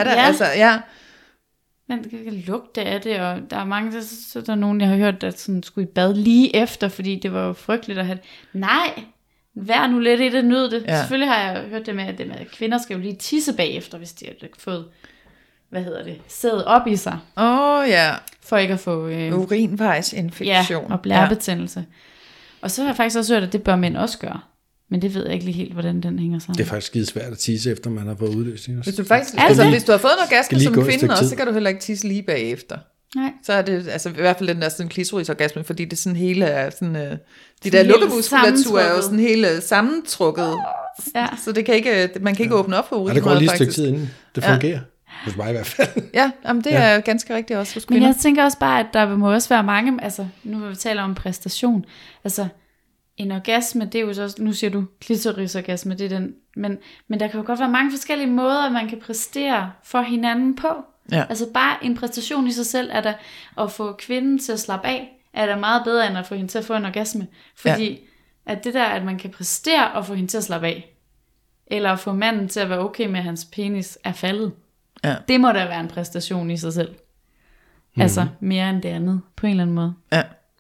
Man kan lugte af det, og der er mange, så der er nogen, jeg har hørt, der sådan skulle i bad lige efter, fordi det var jo frygteligt at have det. Nej, vær nu lidt i det, nyd det. Ja. Selvfølgelig har jeg hørt det med, at kvinder skal jo lige tisse bagefter, hvis de har fået, sædet op i sig. For ikke at få urinvejsinfektion. Ja, og blærebetændelse. Ja. Og så har jeg faktisk også hørt, at det bør mænd også gøre. Men det ved jeg ikke lige helt, hvordan den hænger sammen. Det er faktisk skide svært at tisse, efter man har fået udløsning. Hvis du har fået en orgasme som kvinde også, så kan du heller ikke tisse lige bagefter. Nej. Så er det altså i hvert fald den der sådan klitorisorgasme, fordi det sådan hele er sådan de der lukkemuskulatur er jo sådan hele sammentrukket. Ja. Så det kan ikke man kan ikke åbne op for urinrøret. Det går lige et stykke tid inden det fungerer. Hos mig i hvert fald. Ja, jamen det er ganske rigtigt også hos kvinder. Men jeg tænker også bare, at der må også være mange, altså nu vil vi tale om præstation. Altså en orgasme, det er jo så også, nu siger du klitorisorgasme, det er den, men der kan jo godt være mange forskellige måder, man kan præstere for hinanden på. Ja. Altså bare en præstation i sig selv, er der at få kvinden til at slappe af, er der meget bedre, end at få hende til at få en orgasme. Fordi at det der, at man kan præstere og få hende til at slappe af, eller at få manden til at være okay med, at hans penis er faldet, det må da være en præstation i sig selv. Altså mere end det andet, på en eller anden måde. Ja.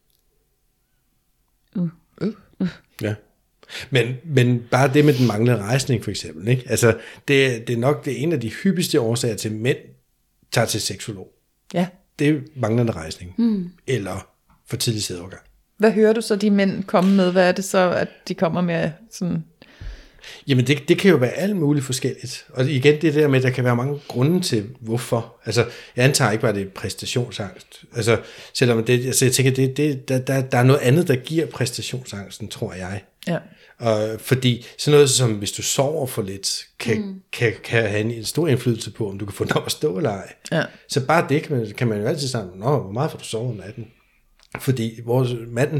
Ja. Men bare det med den manglende rejsning for eksempel, ikke? Altså det er nok det en af de hyppigste årsager til mænd tager til seksolog. Ja. Det er manglende rejsning eller for tidlig sædovergang. Hvad hører du så de mænd komme med? Hvad er det så at de kommer med sådan? Jamen det kan jo være alt muligt forskelligt. Og igen det der med, at der kan være mange grunde til, hvorfor. Altså, jeg antager ikke bare, det er præstationsangst. Altså, selvom det, altså, jeg tænker, der er noget andet, der giver præstationsangsten, tror jeg. Ja. Og fordi sådan noget som, hvis du sover for lidt, kan have en stor indflydelse på, om du kan få den op at stå eller ej. Ja. Så bare det kan man jo altid sige, hvor meget får du sovet om natten? Fordi manden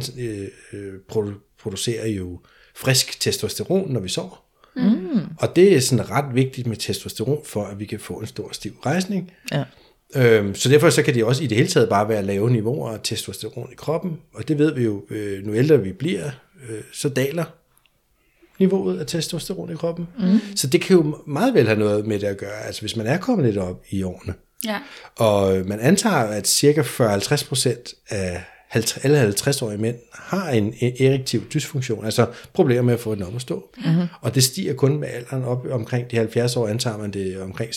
producerer jo frisk testosteron, når vi sover. Og det er sådan ret vigtigt med testosteron, for at vi kan få en stor stiv rejsning. Ja. Så derfor så kan det også i det hele taget bare være lave niveauer af testosteron i kroppen. Og det ved vi jo, nu ældre vi bliver, så daler niveauet af testosteron i kroppen. Så det kan jo meget vel have noget med det at gøre, altså hvis man er kommet lidt op i årene. Ja. Og man antager, at cirka 40-50% af alle 50-årige mænd har en erektiv dysfunktion, altså problemer med at få den op at stå. Og det stiger kun med alderen op omkring de 70 år, antager man det omkring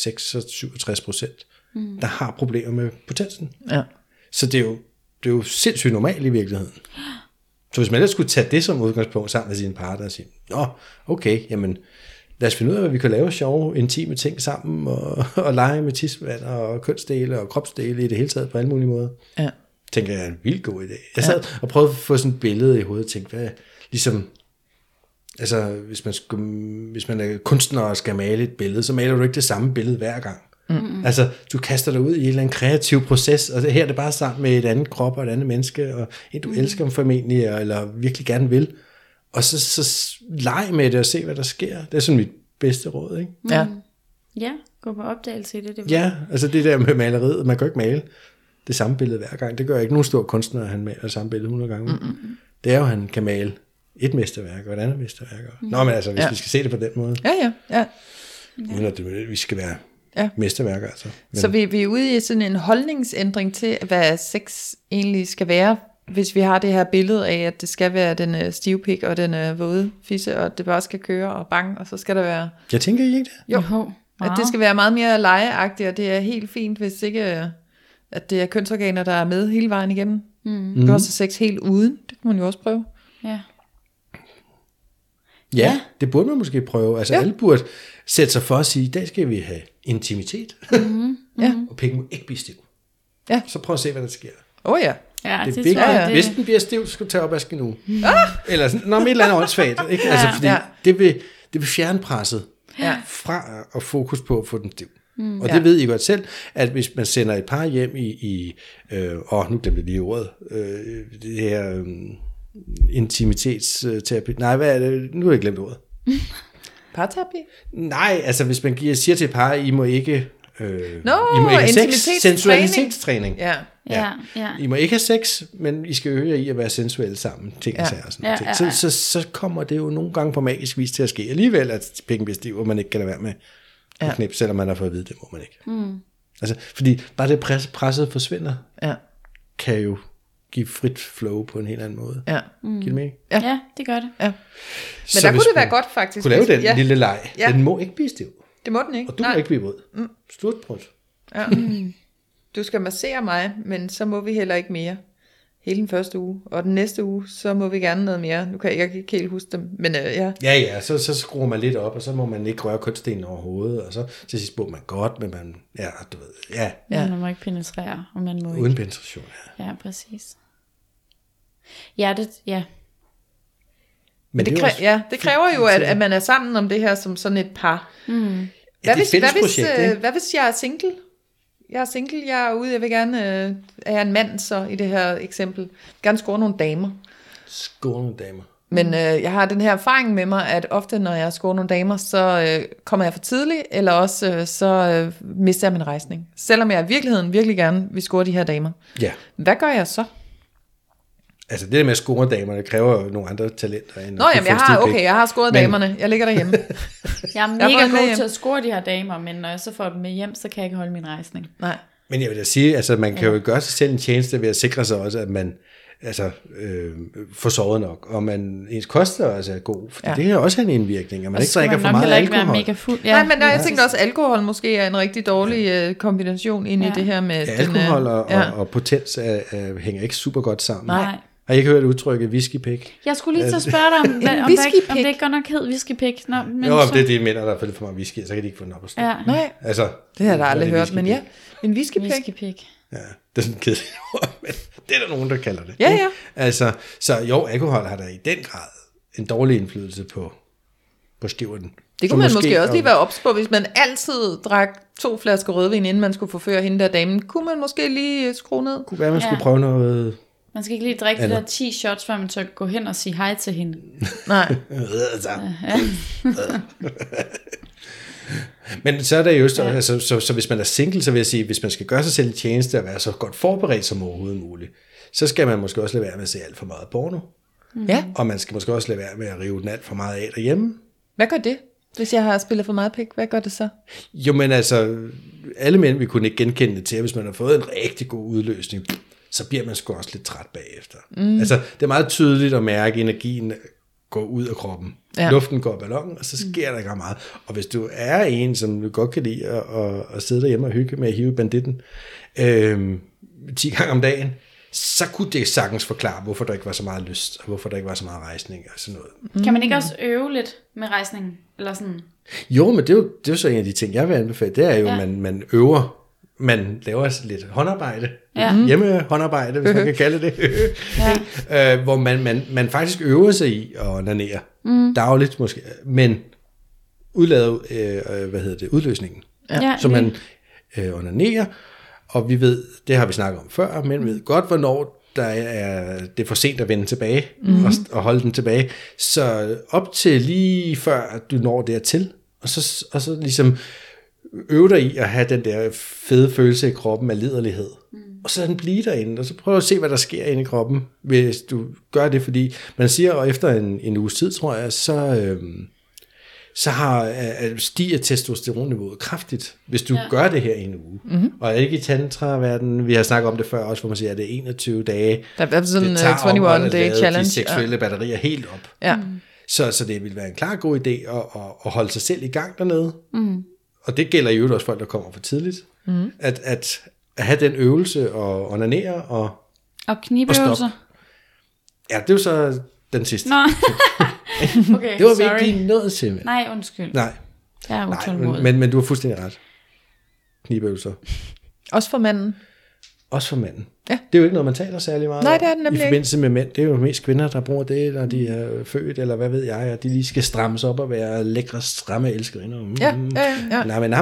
66-67%, der har problemer med potensen. Ja. Så det er jo sindssygt normalt i virkeligheden. Så hvis man ellers skulle tage det som udgangspunkt sammen med sine partner og sige, okay, jamen lad os finde ud af, hvad vi kan lave sjove, intime ting sammen, og lege med tidsvand og kønsdele og kropsdele i det hele taget på alle mulige måder. Ja. Tænker jeg er en vildt god idé. Jeg sad og prøvede at få sådan et billede i hovedet og tænkte, hvad ligesom, altså hvis man er kunstner og skal male et billede, så maler du ikke det samme billede hver gang. Altså du kaster dig ud i en eller anden kreativ proces, og her er det bare sammen med et andet krop og et andet menneske, og en du elsker formentlig, eller virkelig gerne vil, og så leg med det og se hvad der sker. Det er sådan mit bedste råd, ikke? Ja. Ja, gå på opdagelse i det. Ja, altså det der med maleriet, man kan ikke male det samme billede hver gang. Det gør ikke nogen stor kunstner, at han maler det samme billede 100 gange. Det er jo, at han kan male et mesterværk og et andet mesterværk. Nå, men altså, hvis vi skal se det på den måde. Ja. Uden at vi skal være mesterværker. Altså. Men, så vi er ude i sådan en holdningsændring til, hvad sex egentlig skal være, hvis vi har det her billede af, at det skal være den stive pik og den våde fisse, og at det bare skal køre og bang, og så skal der være... Jeg tænker I ikke det? Jo. At det skal være meget mere legeagtigt, og det er helt fint, hvis ikke... at det er kønsorganer, der er med hele vejen igennem. Du kan også sex helt uden. Det kan man jo også prøve. Ja, det burde man måske prøve. Altså alle burde sætte sig for at sige, i dag skal vi have intimitet. Og pikken må ikke blive stiv. Ja. Så prøv at se, hvad der sker. Ja, det er vigtigt. Hvis den bliver stiv, så skal du tage opvasken nu. Eller sådan, et eller andet åndssvagt. Ikke? Altså, fordi det vil fjerne presset fra og fokus på at få den stiv. Og det ved I godt selv, at hvis man sender et par hjem nu glemte jeg lige ordet, det her intimitetsterapi. Nej, hvad er det? Nu har jeg glemt ordet. Parterapi? Nej, altså hvis man siger til et par, I må ikke... I må ikke have sex. Sensualitetstræning. Ja. I må ikke have sex, men I skal øve jer i at være sensuelle sammen. Ting og sager. Så kommer det jo nogle gange på magisk vis til at ske alligevel, at penge bliver stiv, og man ikke kan lade være med at knippe, selvom man har fået at vide, det må man ikke. Altså, fordi bare det presset forsvinder, kan jo give frit flow på en helt anden måde. Ja. Giver det mening? Ja, det gør det. Ja. Men så der kunne det være godt faktisk. Kunne lave den lille leg. Ja. Den må ikke blive stiv. Det må den ikke. Og du må ikke blive våd. Slutbrud. Ja. Du skal massere mig, men så må vi heller ikke mere. Hele den første uge. Og den næste uge, så må vi gerne noget mere. Nu kan jeg ikke helt huske dem, men ja. Ja, så skruer man lidt op, og så må man ikke røre kunststenen over hovedet, og så til sidst må man godt, men man, du ved, Man må ikke penetrere, og man må uden penetration, Ja, præcis. Men det kræver jo, at man er sammen om det her som sådan et par. Hvad hvis jeg er single? Jeg er single, jeg er ude, jeg vil gerne, er jeg en mand så i det her eksempel. Jeg vil gerne score nogle damer. Men jeg har den her erfaring med mig, at ofte når jeg scorer nogle damer, så kommer jeg for tidligt, eller også så mister jeg min rejsning. Selvom jeg i virkeligheden virkelig gerne vil score de her damer. Ja. Hvad gør jeg så? Altså det der med at score damerne, kræver jo nogle andre talenter. Jeg har scoret damerne. Jeg ligger derhjemme. Jeg er mega god til at score de her damer, men når jeg så får dem med hjem, så kan jeg ikke holde min rejsning. Nej. Men jeg vil da sige, altså man kan jo gøre sig selv en tjeneste ved at sikre sig også, at man får sovet nok, og ens kost også er god, for det er også en indvirkning, at man ikke drikker for meget alkohol. Være mega fuld. Nej, men jeg tænkte også, at alkohol måske er en rigtig dårlig kombination ind i det her med... Ja, alkohol og potens hænger ikke super godt sammen. Nej. Har I ikke hørt udtrykket whiskypik? Jeg skulle lige så spørge dig, om det ikke godt nok hed whiskypik. Det er de mener, der er for meget whisky, så kan de ikke få den op at stå. Ja. Nej, altså, det har jeg da aldrig hørt, men ja, en whiskypik. Ja, det er sådan en kedelig ord, men det er der nogen, der kalder det. Ja. Altså, så jo, alkohol har der i den grad en dårlig indflydelse på stiveren. Det kunne man måske også lige være ops på, hvis man altid drak 2 flasker rødvin, inden man skulle forføre hende der damen. Kunne man måske lige skrue ned? Kunne være, man skulle prøve noget... Man skal ikke lige drikke de der 10 shots, før man tør gå hen og sige hej til hende. Nej. Men så er der jo så hvis man er single, så vil jeg sige, hvis man skal gøre sig selv en tjeneste og være så godt forberedt som overhovedet muligt, så skal man måske også lade være med at se alt for meget porno. Ja. Og man skal måske også lade være med at rive den alt for meget af derhjemme. Hvad gør det? Hvis jeg har spillet for meget pik, hvad gør det så? Jo, men altså, alle mænd vil kunne ikke genkende det til, at hvis man har fået en rigtig god udløsning, så bliver man sgu også lidt træt bagefter. Altså, det er meget tydeligt at mærke, at energien går ud af kroppen. Ja. Luften går i ballonen, og så sker der ikke meget. Og hvis du er en, som du godt kan lide at sidde derhjemme og hygge med at hive banditten 10 gange om dagen, så kunne det sagtens forklare, hvorfor der ikke var så meget lyst, og hvorfor der ikke var så meget rejsning og sådan noget. Kan man ikke også øve lidt med rejsningen? Eller sådan? Jo, men det er jo så en af de ting, jeg vil anbefale. Det er jo, at man øver. Man laver lidt håndarbejde, hjemmehåndarbejde, hvis man kan kalde det, hvor man faktisk øver sig i at onanere dagligt måske, men udlader udløsningen. Så man onanerer, og vi ved, det har vi snakket om før, men ved godt, hvornår der er det for sent at vende tilbage og holde den tilbage. Så op til lige før du når dertil, og så ligesom øve dig i at have den der fede følelse i kroppen af liderlighed. Og så den blive derinde, og så prøv at se, hvad der sker inde i kroppen, hvis du gør det, fordi man siger, og efter en uges tid, tror jeg, så stiger testosteronniveauet kraftigt, hvis du gør det her i en uge. Og ikke i tantra-verdenen, vi har snakket om det før også, hvor man siger, at det er 21 dage. Der er sådan en 21-day challenge. De seksuelle batterier helt op. Ja. Så det vil være en klar god idé at holde sig selv i gang dernede. Og det gælder jo også folk, der kommer for tidligt. At have den øvelse og onanere og knibeøvelser. Ja, det er jo så den sidste. Nå. Okay, det var vi ikke lige nået til. Nej, undskyld. Nej. Jeg er utålmodig. Men du har fuldstændig ret. Knibeøvelser. Også for manden. Også for manden. Ja. Det er jo ikke noget, man taler særlig meget Nej, det er det nemlig i forbindelse med mænd. Det er jo mest kvinder, der bruger det, når de er født, eller hvad ved jeg, at de lige skal strammes op og være lækre, stramme elskerinder. Ja. Nej, men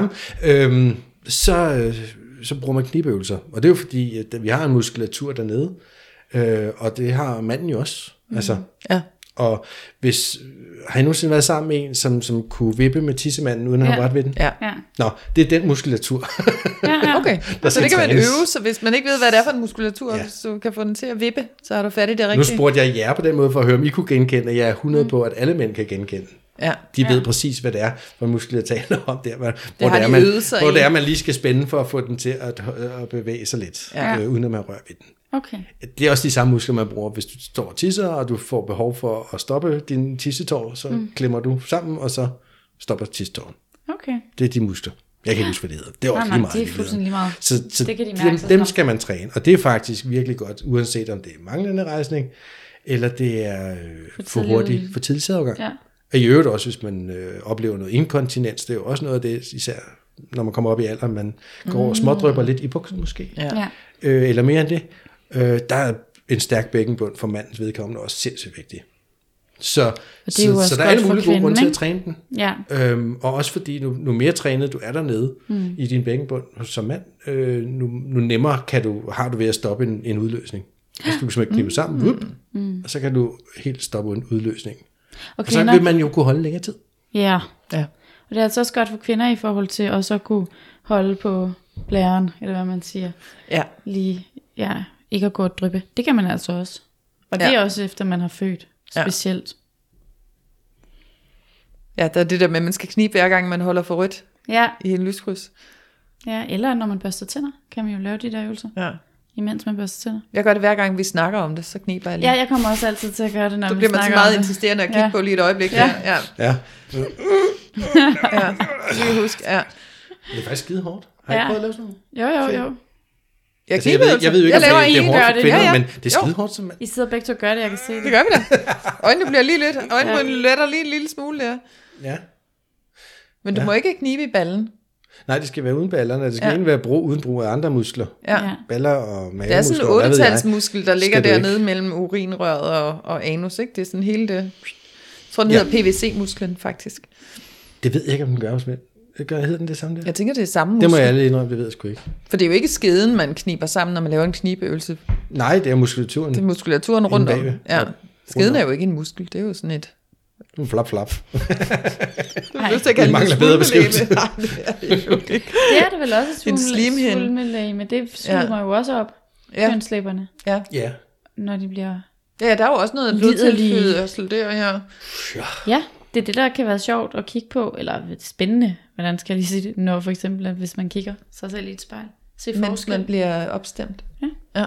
så bruger man knibeøvelser. Og det er jo fordi, at vi har en muskulatur dernede, og det har manden jo også. Altså, Ja. og har I nogensinde været sammen med en, som kunne vippe med tissemanden, uden at have ret ved den? Ja. Nå, det er den muskulatur. Okay, så det kan man øve, så hvis man ikke ved, hvad det er for en muskulatur, hvis du kan få den til at vippe, så har du fat i det rigtige. Nu spurgte jeg jer på den måde, for at høre, om I kunne genkende, og jeg er 100 på, at alle mænd kan genkende. Ja. De ved præcis, hvad det er, hvor muskler taler om der, hvor det er, man lige skal spænde for at få den til at bevæge sig lidt, uden at man rører ved den. Okay. Det er også de samme muskler, man bruger, hvis du står og tisser, og du får behov for at stoppe din tissetår, så klemmer du sammen, og så stopper tissetåren. Okay. Det er de muskler. Jeg kan ikke huske, hvad det hedder. Det er også lige meget. Det er fuldstændig lige meget. Så det kan de mærke dem skal man træne, og det er faktisk virkelig godt, uanset om det er manglende rejsning, eller det er for hurtigt, for tidlig sædafgang. Ja. Og i øvrigt også, hvis man oplever noget inkontinens, det er jo også noget af det, især når man kommer op i alderen, man går og smådrypper lidt i buksen måske, eller mere end det. Der er en stærk bækkenbund for mandens vedkommende også sindssygt vigtig. Så der er alle mulige gode grunde til at træne den. Ja. Og også fordi nu mere trænet du er dernede i din bækkenbund som mand, nu nemmere har du ved at stoppe en udløsning. Hvis du kan knibe sammen, og så kan du helt stoppe en udløsning. Og så vil man jo kunne holde længere tid. Ja. Og det er altså også godt for kvinder i forhold til også at kunne holde på blæren, eller hvad man siger. Ja. Ikke at gå og dryppe. Det kan man altså også. Og det er også efter man har født. Specielt. Ja, der er det der med, at man skal knibe hver gang man holder for rødt i en lyskryds. Ja, eller når man børster tænder, kan man jo lave de der øvelser. Ja. Imens man børster tænder. Jeg gør det hver gang vi snakker om det, så kniber jeg lige. Ja, jeg kommer også altid til at gøre det, når vi snakker om det. Så bliver man så meget insisterende at kigge på lige et øjeblik. Ja. Lige husk, Det er faktisk skide hårdt. Har I prøvet at lave sådan noget? Jo. Jeg ved jo ikke, om det er hårdt for kvinder, men det er skide hårdt som mand. I sidder begge to og gør det, jeg kan se det. Det gør vi da. Øjnene bliver lige lidt. Øjnene letter lige en lille smule der. Ja. Men du må ikke knibe i ballen. Nej, det skal være uden ballerne. Det skal ikke være uden brug af andre muskler. Ja. Baller og mavemuskler. Det er sådan en 8-talsmuskel, der ligger dernede mellem urinrøret og anus. Ikke? Det er sådan hele det. Jeg tror, den hedder PVC-musklen, faktisk. Det ved jeg ikke, om den gør hos mænd. Hedder den det samme der? Jeg tænker, det er samme muskel. Det må jeg alle indrømme, det ved jeg sgu ikke. For det er jo ikke skeden, man kniber sammen, når man laver en knibeøvelse. Nej, det er muskulaturen. Det er muskulaturen rundt om. Ja. Skeden er jo ikke en muskel, det er jo sådan et... En flap. Det mangler bedre beskrivelse. Det er det vel også en svulmelæge, men det svulmer jo også op. Kønslæberne. Ja. Når de bliver... Ja, der er jo også noget blodtilførsel der, Ja, det er det, der kan være sjovt at kigge på, eller spændende, hvordan skal jeg lige sige det, når for eksempel, hvis man kigger sig selv i et spejl. Mens man bliver opstemt. Ja.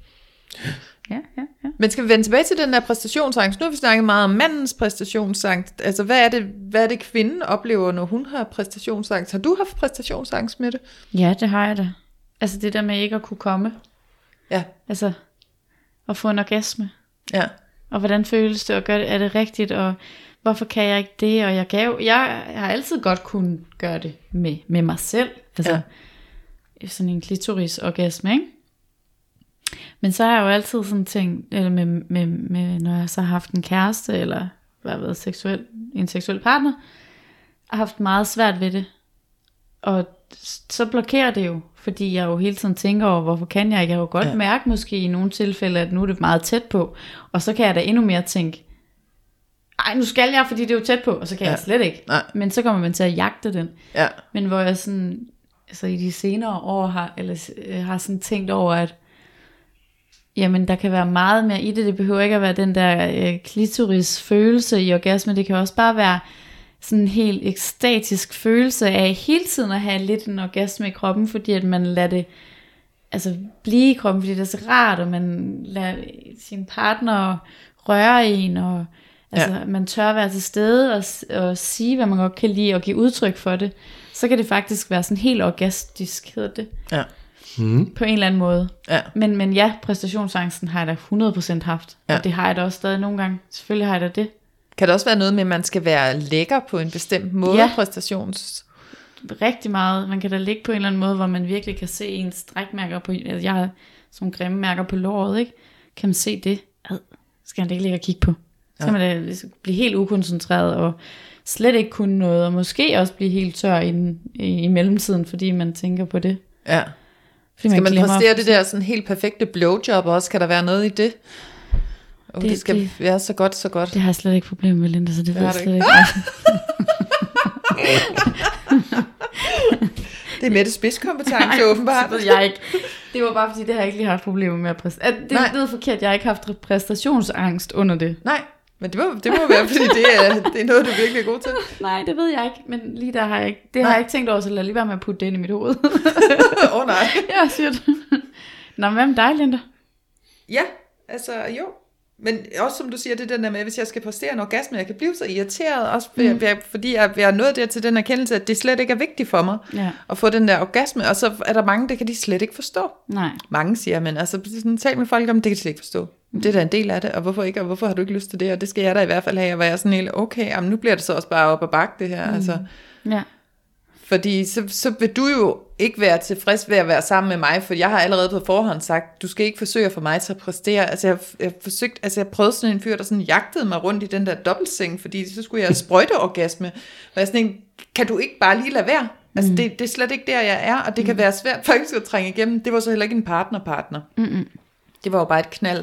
Men skal vi vende tilbage til den der præstationsangst? Nu har vi snakket meget om mandens præstationsangst. Altså, hvad er det kvinden oplever, når hun har præstationsangst? Har du haft præstationsangst med det? Ja, det har jeg da. Altså det der med ikke at kunne komme. Ja. Altså, at få en orgasme. Ja. Og hvordan føles det, og er det rigtigt, og hvorfor kan jeg ikke det? Og jeg har altid godt kunnet gøre det med mig selv. Altså, sådan en klitorisorgasme, ikke? Men så har jeg jo altid sådan tænkt, eller med når jeg så har haft en kæreste, eller været en seksuel partner, har haft meget svært ved det. Og så blokerer det jo, fordi jeg jo hele tiden tænker over, hvorfor kan jeg ikke? Jeg kan jo godt mærke måske i nogle tilfælde, at nu er det meget tæt på. Og så kan jeg da endnu mere tænke, ej, nu skal jeg, fordi det er jo tæt på, og så kan jeg slet ikke. Nej. Men så kommer man til at jagte den. Ja. Men hvor jeg sådan, altså i de senere år har sådan tænkt over, at jamen, der kan være meget mere i det. Det behøver ikke at være den der klitoris følelse i orgasme. Det kan også bare være sådan en helt ekstatisk følelse af hele tiden at have lidt en orgasme i kroppen, fordi at man lader det blive i kroppen, fordi det er så rart, og man lader sin partner røre en, og man tør være til stede og sige, hvad man godt kan lide, og give udtryk for det. Så kan det faktisk være sådan helt orgastisk, hedder det. Ja. På en eller anden måde. Ja. Men ja, præstationsangsten har jeg da 100% haft. Ja. Og det har jeg da også stadig nogle gange. Selvfølgelig har jeg da det. Kan det også være noget med, at man skal være lækker på en bestemt måde? Ja. Rigtig meget. Man kan da ligge på en eller anden måde, hvor man virkelig kan se ens strækmærker på. Altså, jeg har sådan nogle grimme mærker på låret, ikke? Kan man se det? Skal man da ikke ligge og kigge på? Så kan man da blive helt ukoncentreret og slet ikke kunne noget, og måske også blive helt tør i mellemtiden, fordi man tænker på det. Ja. Skal man præstere det der sådan helt perfekte blowjob også? Kan der være noget i det? Det skal være så godt, så godt. Det har jeg slet ikke problem med, Linda, så det ved jeg slet ikke. Det er Mettes spidskompetence, åbenbart. Det ved jeg ikke. Det var bare fordi, det har jeg ikke lige haft problemer med at præstere. Det er forkert, jeg har ikke haft præstationsangst under det. Nej, men det må være, fordi det er noget, du virkelig er god til. Nej, det ved jeg ikke, men lige der har jeg ikke, har jeg ikke tænkt over, så lad lige være med at putte det ind i mit hoved. Nej. Ja, shit. Nå, hvad med dig, Linda? Ja, altså jo. Men også som du siger, det der med, hvis jeg skal præstere en orgasme, jeg kan blive så irriteret, også fordi jeg er nået der til den erkendelse, at det slet ikke er vigtigt for mig at få den der orgasme, og så er der mange, det kan de slet ikke forstå. Nej. Mange siger, men altså sådan, tal med folk om, det kan de slet ikke forstå. Det er da en del af det, og hvorfor ikke, og hvorfor har du ikke lyst til det, og det skal jeg da i hvert fald have, og hvor jeg er sådan helt, okay, jamen, nu bliver det så også bare op ad bakke det her, altså. Ja. Fordi så vil du jo ikke være tilfreds ved at være sammen med mig, for jeg har allerede på forhånd sagt, du skal ikke forsøge at få mig til at præstere. Altså jeg prøvede sådan en fyr, der sådan jagtede mig rundt i den der dobbeltseng, fordi så skulle jeg sprøjteorgasme. Og jeg sådan en, kan du ikke bare lige lade være? Altså det er slet ikke der, jeg er, og det kan være svært faktisk at trænge igennem. Det var så heller ikke en partner. Det var jo bare et knald.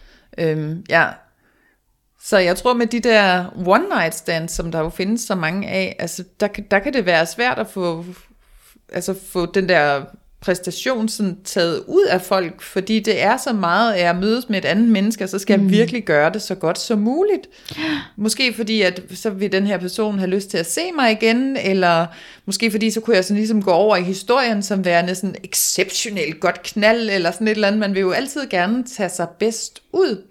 Så jeg tror med de der one night stands, som der jo findes så mange af, altså der kan det være svært at få den der præstation sådan taget ud af folk, fordi det er så meget, at jeg mødes med et andet menneske, og så skal jeg virkelig gøre det så godt som muligt. Måske fordi, at så vil den her person have lyst til at se mig igen, eller måske fordi, så kunne jeg sådan ligesom gå over i historien, som værende sådan exceptionelt godt knald, eller sådan et eller andet. Man vil jo altid gerne tage sig bedst ud.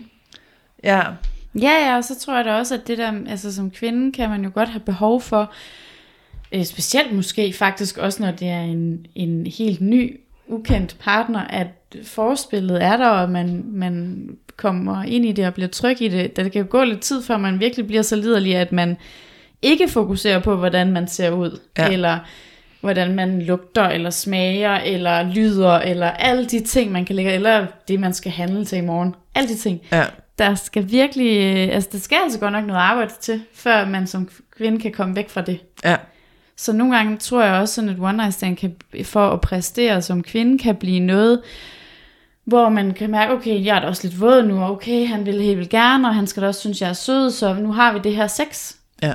Ja. Ja, og så tror jeg da også, at det der, altså som kvinde, kan man jo godt have behov for, specielt måske faktisk også, når det er en helt ny, ukendt partner, at forspillet er der, og man kommer ind i det og bliver tryg i det. Der kan jo gå lidt tid, før man virkelig bliver så liderlig, at man ikke fokuserer på, hvordan man ser ud, eller hvordan man lugter, eller smager, eller lyder, eller alle de ting, man kan lægge, eller det, man skal handle til i morgen. Alle de ting. Ja. Der skal virkelig, der skal altså godt nok noget arbejde til, før man som kvinde kan komme væk fra det. Ja. Så nogle gange tror jeg også, sådan et one night stand kan, for at præstere som kvinde, kan blive noget, hvor man kan mærke, okay, jeg er da også lidt våd nu, og okay, han vil helt vildt gerne, og han skal da også synes, jeg er sød, så nu har vi det her sex. Ja.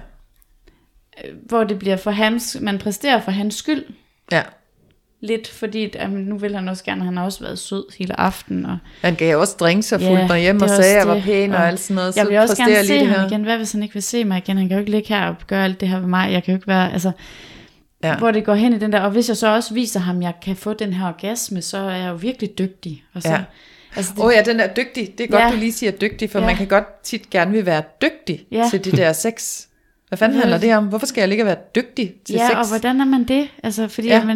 Hvor det bliver for hans, man præsterer for hans skyld. Ja. Lidt, fordi nu vil han også gerne, han har også været sød hele aften. Og han gav også drinks og fulgte mig hjem og sagde, at jeg var pæn og alt sådan noget. Jeg vil også gerne se ham igen. Hvad hvis han ikke vil se mig igen? Han kan jo ikke ligge her og gøre alt det her ved mig. Jeg kan jo ikke være, altså, hvor det går hen i den der. Og hvis jeg så også viser ham, at jeg kan få den her orgasme, så er jeg jo virkelig dygtig. Og så, altså den er dygtig. Det er godt, du lige siger dygtig, for man kan godt tit gerne vil være dygtig til det der sex. Hvad fanden handler det om? Hvorfor skal jeg ligge og være dygtig til sex? Ja, og hvordan er man det? Altså, fordi er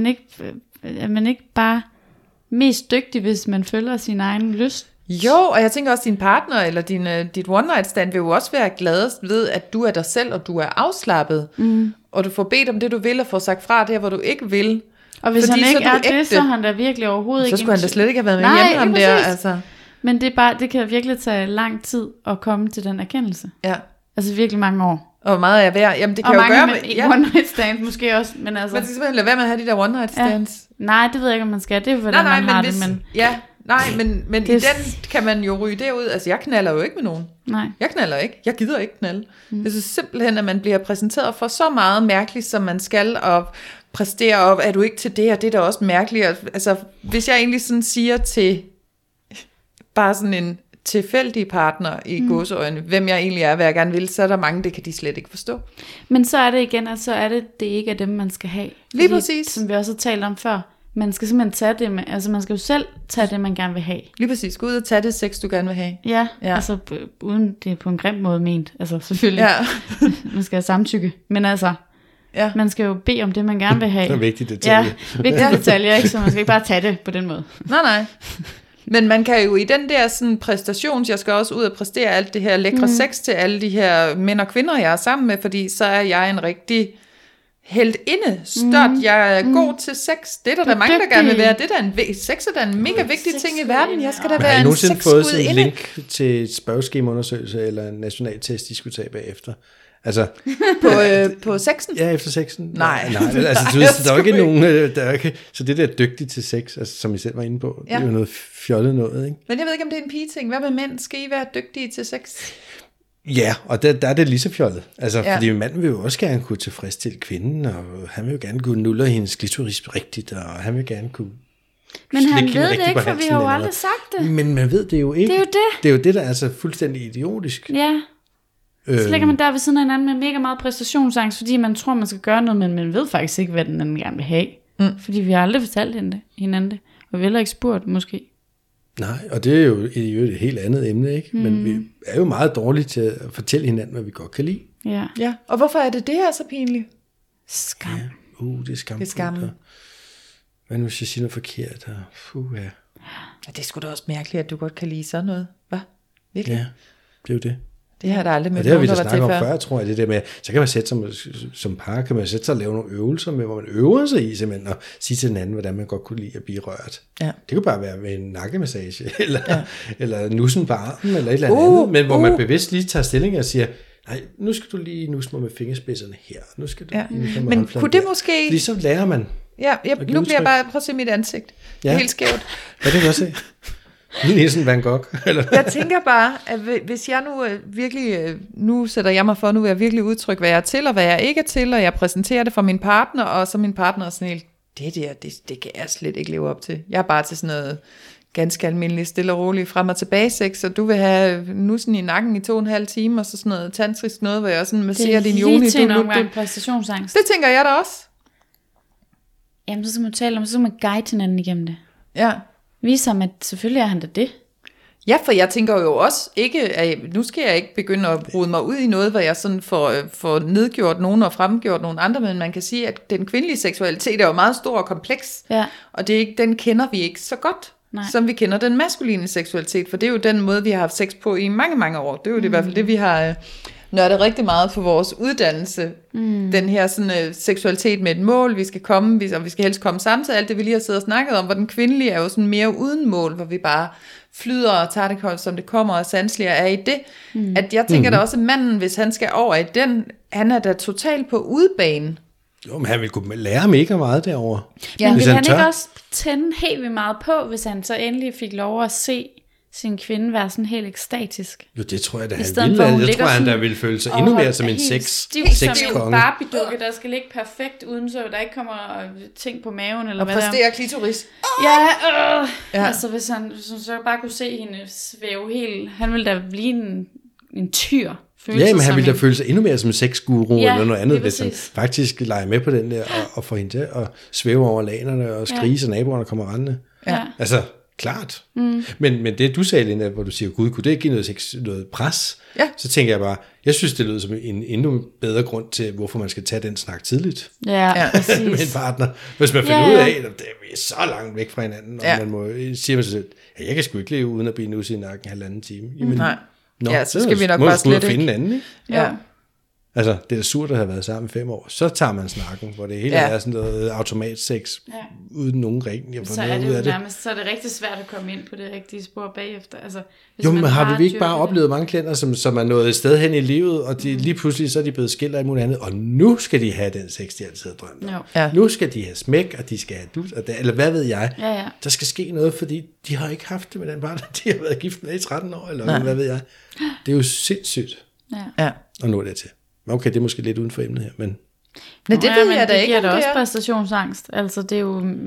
man ikke bare mest dygtig, hvis man følger sin egen lyst? Jo, og jeg tænker også, din partner eller dit one night stand vil jo også være gladest ved, at du er dig selv, og du er afslappet. Og du får bedt om det, du vil, og får sagt fra der, hvor du ikke vil. Og hvis han ikke er det, så er han da virkelig overhovedet ikke... Så skulle han da slet ikke have været med hjemme om der. Altså. Men det kan virkelig tage lang tid at komme til den erkendelse. Ja. Altså virkelig mange år. Og hvor meget er værd? Jamen det kan jo gøre med one night stand måske også, men altså. Man skal simpelthen lade være med at have de der one night stands. Nej, det ved jeg ikke om man skal. Det er jo hvordan man har det, men men i den kan man jo ryge derud. Altså jeg knaller jo ikke med nogen. Nej. Jeg knaller ikke. Jeg gider ikke knalde. Jeg synes simpelthen, at man bliver præsenteret for så meget mærkeligt, som man skal, og præstere op. Er du ikke til det, og det er da også mærkeligt. Altså hvis jeg egentlig sådan siger til bare sådan en tilfældige partner i gåseøjne, hvem jeg egentlig er, hvad jeg gerne vil, så er der mange, det kan de slet ikke forstå. Men så er det igen, at så er det ikke af dem, man skal have. Lige præcis. Som vi også har talt om før. Man skal simpelthen tage det, altså man skal jo selv tage det, man gerne vil have. Lige præcis. Gå ud og tage det sex, du gerne vil have. Ja. Altså uden det er på en grim måde ment. Altså selvfølgelig. Ja. Man skal have samtykke. Men altså, man skal jo bede om det, man gerne vil have. Det er en vigtig detalje. Ja, vigtige detaljer, ikke? Så man skal ikke bare tage det på den måde. Nej. Men man kan jo i den der sådan præstations, jeg skal også ud og præstere alt det her lækre sex til alle de her mænd og kvinder, jeg er sammen med, fordi så er jeg en rigtig heltinde, støt, jeg er god til sex. Det er der mange, der gerne vil være. Det er sex er da en mega vigtig ting i verden. Jeg skal da være en sexgudinde. Har I nogensinde fået sådan en link til et spørgeskemaundersøgelse eller en national test, de skulle tage bagefter? Altså, på sexen? Ja, efter sexen. Nej. Altså, du ved, der er ikke nogen, der er ikke, så det der dygtig til sex, altså, som I selv var inde på, det er jo noget fjollet noget, ikke? Men jeg ved ikke, om det er en pige-ting. Hvad med mænd? Skal I være dygtige til sex? Ja, og der er det lige så fjollet. Altså, fordi manden vil jo også gerne kunne tilfredsstille kvinden, og han vil jo gerne kunne nulle hendes klitoris rigtigt, og han vil gerne kunne... Men han ved det ikke, for vi har jo aldrig sagt det. Men man ved det jo ikke. Det er jo det. Det er jo det, der er altså fuldstændig idiotisk. Ja. Så ligger man der ved siden af hinanden med mega meget præstationsangst, fordi man tror, man skal gøre noget, men man ved faktisk ikke, hvad den anden gerne vil have. Fordi vi har aldrig fortalt hinanden det, og vi har heller ikke spurgt, måske. Nej, og det er jo et helt andet emne, ikke? Men vi er jo meget dårlige til at fortælle hinanden, hvad vi godt kan lide. Ja. Og hvorfor er det her så pinligt? Skam. Ja. Det er skamfuldt. Det er skam. Hvad nu, hvis jeg siger noget forkert? Ja, det er sgu da også mærkeligt, at du godt kan lide sådan noget. Hvad? Virkelig? Ja, det er jo det. Det har der aldrig med nogen, der var til før. Og det har vi da snakket om før, tror jeg, det der med, så kan man sætte som par, kan man sætte sig og lave nogle øvelser med, hvor man øver sig i simpelthen, og sige til den anden, hvordan man godt kunne lide at blive rørt. Ja. Det kunne bare være med en nakkemassage, eller nussen på armen, eller et eller andet, men hvor man bevidst lige tager stilling og siger, nej, nu skal du lige nusse mig med fingerspidserne her, nu skal du lige men kunne det måske... Fordi så lærer man. Ja, nu bliver jeg bare, prøv at se mit ansigt. Helt skævt. Ja, det kan jeg se. Nielsen Van Gogh. Eller? Jeg tænker bare, at hvis jeg nu virkelig, nu sætter jeg mig for, nu vil jeg virkelig udtrykke, hvad jeg er til, og hvad jeg ikke er til, og jeg præsenterer det for min partner, og så min partner er sådan helt, det kan jeg slet ikke leve op til. Jeg er bare til sådan noget ganske almindeligt, stille og roligt, frem og tilbage sex, og du vil have nussen i nakken i 2,5 timer, og så sådan noget tantrisk noget, hvor jeg sådan masserer din joni. Det er lige til en omgang præstationsangst. Det tænker jeg da også. Jamen, så skal man tale om, så skal man guide hinanden igennem det. Ja. Vise ham, at selvfølgelig er han da det. Ja, for jeg tænker jo også ikke, at nu skal jeg ikke begynde at rode mig ud i noget, hvor jeg sådan får nedgjort nogen og fremgjort nogen andre, men man kan sige, at den kvindelige seksualitet er jo meget stor og kompleks, og det er ikke, den kender vi ikke så godt, som vi kender den maskuline seksualitet, for det er jo den måde, vi har haft sex på i mange, mange år. Det er jo det, i hvert fald det, vi har nørdet rigtig meget for vores uddannelse. Den her sådan, seksualitet med et mål, vi skal komme, og vi skal helst komme samtidig, alt det vi lige har siddet og snakket om, hvor den kvindelige er jo sådan mere uden mål, hvor vi bare flyder og tager det, som det kommer, og sanseligt er i det. At jeg tænker da også, at manden, hvis han skal over i den, han er da totalt på udebane. Jo, men han vil kunne lære mega meget derovre. Ja, vil han ikke også tænde helt vildt meget på, hvis han så endelig fik lov at se sin kvinde være sådan helt ekstatisk? Jo, det tror jeg da, han ville. Jeg tror, han der ville føle sig endnu mere som en sexkonge. Som en Barbie-dukke, der skal ligge perfekt uden, så der ikke kommer ting på maven, eller hvad der. Og præstere klitoris. Ja, altså hvis han så bare kunne se hende svæve helt, han ville da blive en tyr. Ja, men han ville da føle sig endnu mere som en sexguru eller noget andet, hvis han faktisk leger med på den der, og får hende til at svæve over lanerne og skrige, så naboerne kommer rendende. Ja. Altså, klart. Men det du sagde, Linda, hvor du siger, gud, kunne det ikke give noget pres? Ja. Så tænker jeg bare, jeg synes, det lyder som en endnu bedre grund til, hvorfor man skal tage den snak tidligt. Ja, præcis. Med en partner. Hvis man finder ud af, at vi er så langt væk fra hinanden, og man må sige med sig selv, jeg kan sgu ikke leve uden at blive nusset i nakken 1,5 time. Jamen, nej. Så skal vi nok bare slet ikke. Finde en anden, ikke? Ja. Altså, det er da surt at have været sammen 5 år. Så tager man snakken, hvor det hele er sådan noget automatsex, uden nogen regning. Så er det jo nærmest, så er det rigtig svært at komme ind på det rigtige spor bagefter. Altså, jo, men har vi ikke bare oplevet mange klienter, som er nået et sted hen i livet, og de lige pludselig så er de blevet skilt af muligt andet, og nu skal de have den sex, de altid har drømt om. Ja. Nu skal de have smæk, og de skal have dut, og eller hvad ved jeg. Ja. Der skal ske noget, fordi de har ikke haft det med den partner, de har været gift med i 13 år, eller hvad ved jeg. Det er jo sindssygt. Ja. Og nå det til. Okay, det er måske lidt uden for emnet her, men... Nej, det ved jeg da ikke. Det giver da også præstationsangst. Altså, det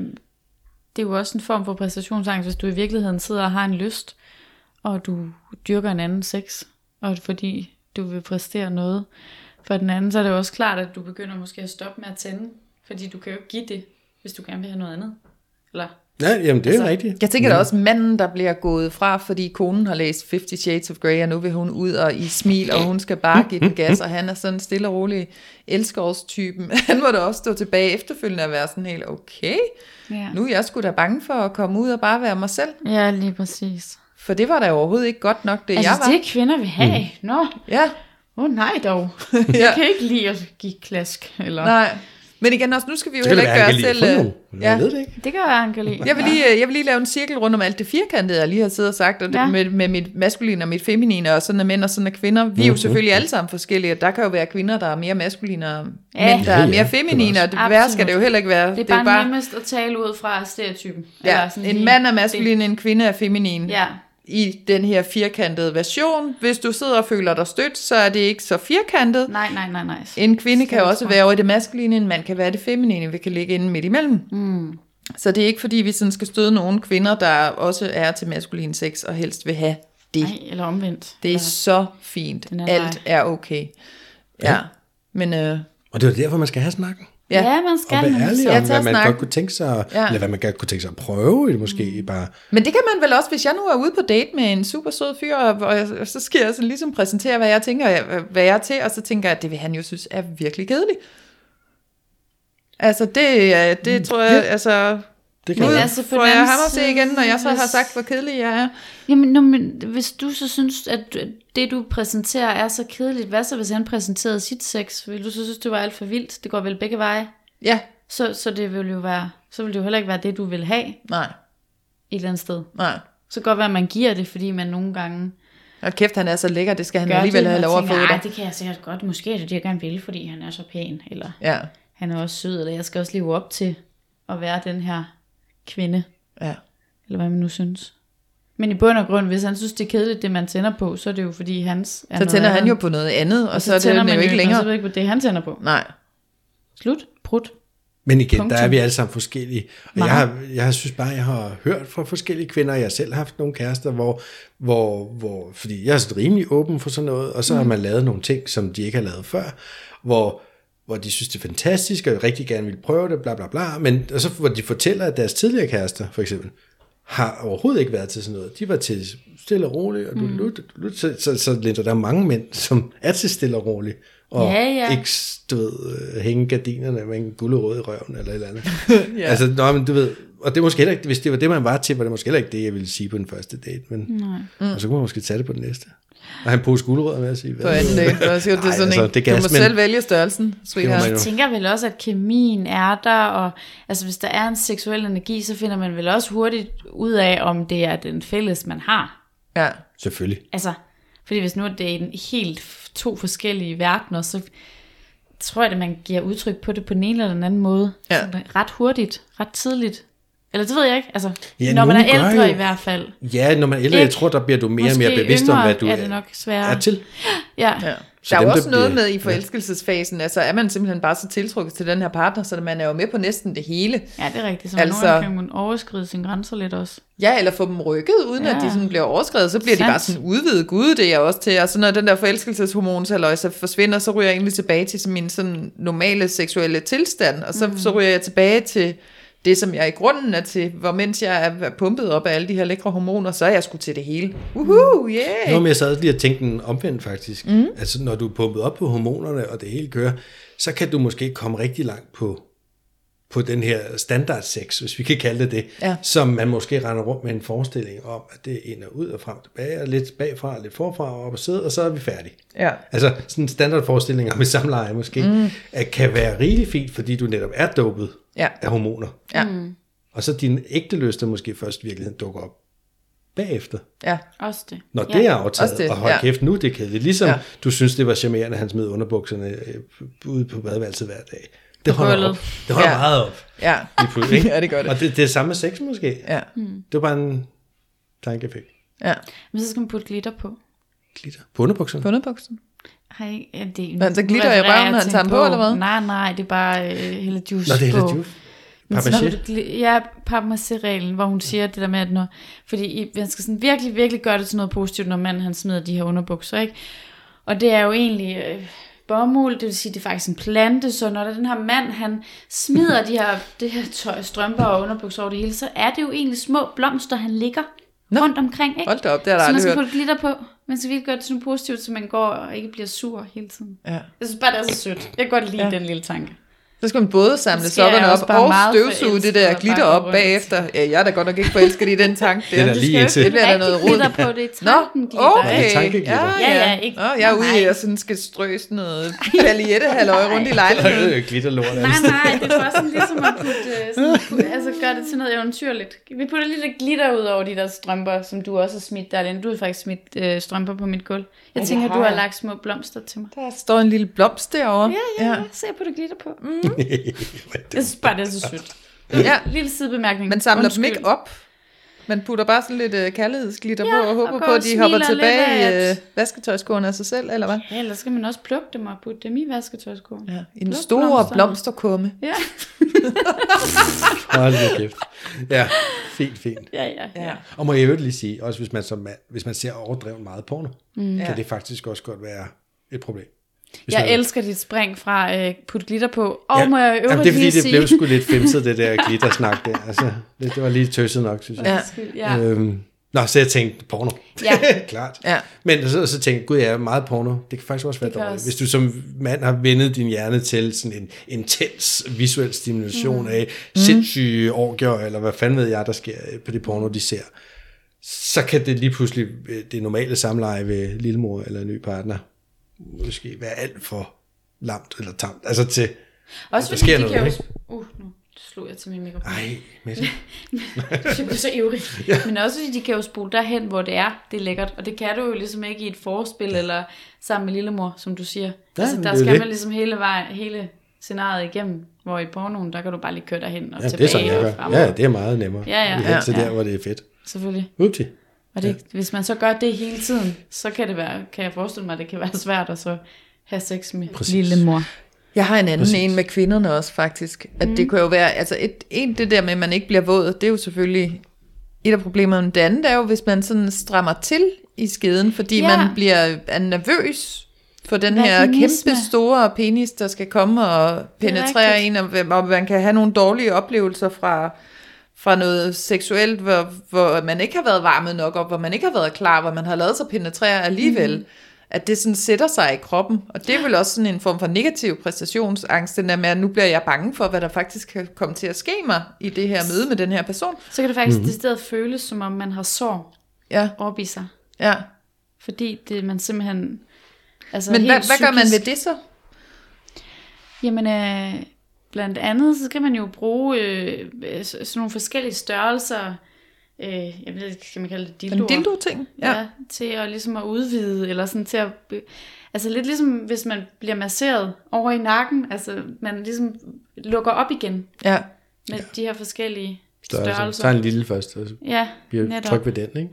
er jo også en form for præstationsangst, hvis du i virkeligheden sidder og har en lyst, og du dyrker en anden sex, og fordi du vil præstere noget for den anden, så er det jo også klart, at du begynder måske at stoppe med at tænde, fordi du kan jo ikke give det, hvis du gerne vil have noget andet. Eller... Ja, jamen det er rigtigt. Jeg tænker da også manden, der bliver gået fra, fordi konen har læst 50 Shades of Grey, og nu vil hun ud og i smil, og hun skal bare give den gas, og han er sådan stille og rolig elskovstypen. Han må da også stå tilbage efterfølgende og være sådan helt, okay, nu er jeg sgu da bange for at komme ud og bare være mig selv. Ja, lige præcis. For det var da overhovedet ikke godt nok, det jeg var. Altså det kvinder vil have. Nå. Ja. Nej dog. Jeg kan ikke lide at give klask. Eller... Nej. Men igen også, nu skal vi jo heller ikke gøre selv... Jeg ved det ikke. Det gør Angeli. Jeg vil lige lave en cirkel rundt om alt det firkantede, jeg lige har siddet og sagt, og med mit maskuline og mit feminine, og sådan er mænd og sådan er kvinder. Vi er jo selvfølgelig alle sammen forskellige, og der kan jo være kvinder, der er mere maskuline, og mænd, der er mere feminine, og det værre skal det jo heller ikke være. Det er bare nemmest at tale ud fra stereotypen. Ja, en mand er maskulin, en kvinde er feminin. Ja. I den her firkantede version. Hvis du sidder og føler dig stødt, så er det ikke så firkantet. Nej. En kvinde kan også være over det maskuline, en mand kan være det feminine, vi kan ligge inde midt imellem. Så det er ikke fordi, vi sådan skal støde nogle kvinder, der også er til maskulin sex, og helst vil have det. Nej, eller omvendt. Det er så fint. Alt er okay. Ja. Men, og det er derfor, man skal have snakken. Ja, man skal. Og være ærlig om, hvad man godt kunne tænke sig, eller hvad man godt kunne tænke sig at prøve, måske bare. Men det kan man vel også, hvis jeg nu er ude på date med en super sød fyr, og så skal jeg sådan ligesom præsentere, hvad jeg tænker, hvad jeg er til, og så tænker jeg, at det vil han jo synes er virkelig kedeligt. Altså, det tror jeg, altså... Det kan altså, får jeg ham at se igen, når jeg så har sagt, hvor kedelig jeg er. Jamen, hvis du så synes, at det du præsenterer er så kedeligt, hvad så hvis han præsenterede sit sex? Vil du så synes, det var alt for vildt? Det går vel begge veje? Ja. Så det vil jo være, så vil det jo heller ikke være det, du vil have. Nej. Et eller andet sted. Nej. Så kan godt være, at man giver det, fordi man nogle gange... Og kæft, han er så lækker, det skal han alligevel have lov at få. Nej, det kan jeg sikkert godt. Måske er det, jeg gerne vil, fordi han er så pæn. Eller han er også sød, eller jeg skal også leve op til at være den her kvinde. Ja. Eller hvad man nu synes. Men i bund og grund, hvis han synes, det er kedeligt, det man tænder på, så er det jo fordi hans er så tænder han jo på noget andet, og så er det jo ikke længere. Og så er det ikke på det, han tænder på. Nej. Slut. Prut. Men igen, der er vi alle sammen forskellige. Og jeg synes bare, jeg har hørt fra forskellige kvinder, jeg har selv haft nogle kærester, hvor fordi jeg er så rimelig åben for sådan noget, og så har man lavet nogle ting, som de ikke har lavet før, hvor de synes, det er fantastisk, og rigtig gerne vil prøve det, bla bla bla, men og så hvor de fortæller, at deres tidligere kærester, for eksempel, har overhovedet ikke været til sådan noget. De var til stille og roligt, og så Linda, der er mange mænd, som er til stille og roligt, og ikke, du ved, hænge gardinerne med en gulerod i røven, eller et eller andet. Altså, men du ved, og det er måske heller ikke, hvis det var det, man var til, var det måske heller ikke det, jeg ville sige på den første date, men og så kunne man måske tage det på den næste. Og han pose gulerødder med at sige, på anden dag. Det er sådan du må selv vælge størrelsen. Jeg tænker vel også, at kemien er der, og altså, hvis der er en seksuel energi, så finder man vel også hurtigt ud af, om det er den fælles, man har. Ja, selvfølgelig. Altså, fordi hvis nu det er en helt to forskellige verdener, så tror jeg, at man giver udtryk på det på den ene eller den anden måde. Ja. Ret hurtigt, ret tidligt. Eller det ved jeg ikke, altså, når man er ældre i hvert fald. Ja, når man er ældre, jeg tror, der bliver du mere og mere bevidst om, hvad du er det nok sværere. Er til. Ja. Der er jo også noget med i forelskelsesfasen, altså er man simpelthen bare så tiltrukket til den her partner, så man er jo med på næsten det hele. Ja, det er rigtigt, så man kan man overskride sine grænser lidt også. Ja, eller få dem rykket, uden at de sådan bliver overskredet, så bliver de bare sådan udvidet. Gud, det er også til, og så når den der forelskelseshormonshalløj så forsvinder, så ryger jeg egentlig tilbage til min sådan normale seksuelle tilstand, og så ryger jeg tilbage til det, som jeg i grunden er til, hvor mens jeg er pumpet op af alle de her lækre hormoner, så er jeg sgu til det hele. Yeah! Men jeg sad lige og tænkte den omvendt faktisk. Altså, når du er pumpet op på hormonerne, og det hele kører, så kan du måske komme rigtig langt på den her standard sex, hvis vi kan kalde det, som man måske render rundt med en forestilling om, at det er ind og ud og frem og tilbage, og lidt bagfra og lidt forfra og op og sidde, og så er vi færdige. Ja. Altså, sådan en standardforestilling med samleje måske, kan være rigtig fint, fordi du netop er dopet af hormoner. Ja. Og så din ægte lyst måske først i virkeligheden dukker op bagefter. Ja, også det. Når det er aftaget, og hold kæft, nu det er kedeligt. Ligesom du synes, det var charmerende, at han smed underbukserne ude på badeværelset hver dag. Det holder op. Det holder meget op. Ja. Ja, det gør det. Og det er samme sex måske. Ja. Det var bare en tankeeffekt. Ja. Men så skal man putte glitter på. Glitter? På underbukserne? På underbukserne. Hej, det men så glitter i røven, når han tager på, eller hvad? Nej, det er bare hele juice. Nå, det er hele juice. Ja, papier-mâché-reglen, hvor hun siger det der med, at fordi man skal sådan virkelig, virkelig gøre det til noget positivt, når manden han smider de her underbukser, ikke? Og det er jo egentlig bomuld, det vil sige, det er faktisk en plante, så når der den her mand, han smider det her tøj, strømper og underbukser over det hele, så er det jo egentlig små blomster, han ligger rundt omkring, ikke? Hold da op, det har jeg aldrig hørt. Så man skal putte glitter på, man skal virkelig gøre det til noget positivt, så man går og ikke bliver sur hele tiden. Ja. Jeg synes bare, det er så sødt. Jeg kan godt lide den lille tanke. Så skal man både samle sokkerne op og støvsuge det der glitter op bagefter. Ja, jeg er da godt nok ikke forelsket i den tank der. Det er lige indtil. Det bliver der noget rod. Glitter på det, tankenglitter. Okay. Ja, ikke. Jeg er ude i at sådan skal strø sådan noget paljettehalvøje rundt i lejligheden. Glitterlort. Nej, det er sådan ligesom at putte, gøre det til noget eventyrligt. Vi putter lidt glitter ud over de der strømper, som du også har smidt der. Du har faktisk smidt strømper på mit gulv. Jeg tænker, du har lagt små blomster til mig. Der står en lille blomst derovre. Ja. Se på det glitter på. Jeg synes bare, det er så sødt. Ja. Lille sidebemærkning. Man samler dem ikke op. Man putter bare sådan lidt kærlighedsglitter på og håber på, at de hopper tilbage i vasketøjskurven af sig selv, eller hvad? Ja, eller skal man også plukke dem og putte dem i vasketøjskurven. Ja, i en stor blomsterkumme. Ja. Hold da kæft. Ja, fint. Ja. Og må jeg jo lige sige, også hvis man som mand, hvis man ser overdrevet meget porno, kan det faktisk også godt være et problem. Jeg elsker dit spring fra putte glitter på, og må jeg øvrigt det er fordi, lige det blev sgu lidt femset, det der glittersnak der. Altså, det var lige tøsset nok, synes jeg. Ja. Så jeg tænkte, porno. Ja. Klart. Ja. Men så tænkte jeg, gud, jeg er meget porno. Det kan faktisk også være dårligt. Hvis du som mand har vendet din hjerne til sådan en intens visuel stimulation af sindssyge orgier, eller hvad fanden ved jeg, der sker på det porno, de ser, så kan det lige pludselig, det normale samleje ved lillemor eller en ny partner, måske være alt for lamt eller tamt. Altså til, også der sker noget, ikke? Nu slog jeg til min mikrofon. Ej, Mette. Jeg blev så ivrig. Ja. Men også fordi de kan jo spole derhen, hvor det er lækkert. Og det kan du jo ligesom ikke i et forspil, eller sammen med lillemor, som du siger. Ja, altså, der skal man ligesom hele scenariet igennem, hvor i pornoen, der kan du bare lige køre derhen og tilbage. Det er sådan, jeg gør. Ja, det er meget nemmere. Ja. Til der, hvor det er fedt. Selvfølgelig. Upti. Og det, hvis man så gør det hele tiden, så kan jeg forestille mig, at det kan være svært at så have sex med lillemor. Jeg har en anden en med kvinderne også faktisk, at det kan jo være, altså det der med, at man ikke bliver våd, det er jo selvfølgelig et af problemerne. Det andet er jo, hvis man sådan strammer til i skeden, fordi man er nervøs for den her kæmpe store penis, der skal komme og penetrere en, og man kan have nogle dårlige oplevelser fra noget seksuelt, hvor man ikke har været varmet nok op, hvor man ikke har været klar, hvor man har lavet sig penetrere alligevel, at det sådan sætter sig i kroppen. Og det er vel også sådan en form for negativ præstationsangst, den der med, at nu bliver jeg bange for, hvad der faktisk kan komme til at ske mig i det her møde med den her person. Så kan det faktisk i stedet føles, som om man har sår op i sig. Ja. Fordi det man simpelthen... Altså men hvad gør man ved det så? Jamen... Blandt andet, så kan man jo bruge sådan nogle forskellige størrelser, jeg ved ikke, skal man kalde det dildoer? En dildo-ting? Ja, til at ligesom at udvide, eller sådan til at, altså lidt ligesom hvis man bliver masseret over i nakken, altså man ligesom lukker op igen med de her forskellige størrelser. Tag en lille først, og så bliver tryk ved den, ikke?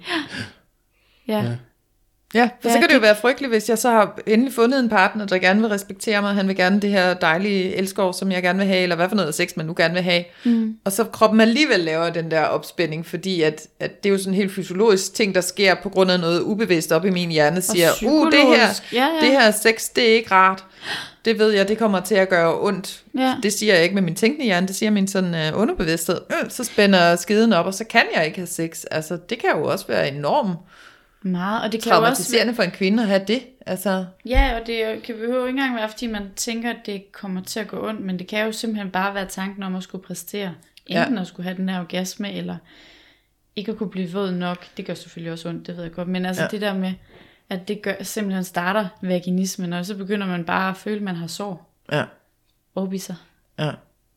Ja, for så kan det jo være frygteligt, hvis jeg så har endelig fundet en partner, der gerne vil respektere mig. Han vil gerne det her dejlige elskov, som jeg gerne vil have, eller hvad for noget sex man nu gerne vil have. Og så kroppen alligevel laver den der opspænding, fordi at det er jo sådan en helt fysiologisk ting, der sker på grund af noget ubevidst op i min hjerne, siger, det her sex, det er ikke rart. Det ved jeg, det kommer til at gøre ondt. Ja. Det siger jeg ikke med min tænkende hjerne, det siger min sådan underbevidsthed. Så spænder skeden op, og så kan jeg ikke have sex. Altså, det kan jo også være enormt meget, og det kan traumatiserende for en kvinde at have det. Altså. Ja, og det kan behøve ikke engang være, fordi man tænker, at det kommer til at gå ondt, men det kan jo simpelthen bare være tanken om at skulle præstere. Enten at skulle have den her orgasme, eller ikke at kunne blive våd nok. Det gør selvfølgelig også ondt, det ved jeg godt. Men altså det der med, at det simpelthen starter vaginismen, og så begynder man bare at føle, at man har sår op i sig. Ja.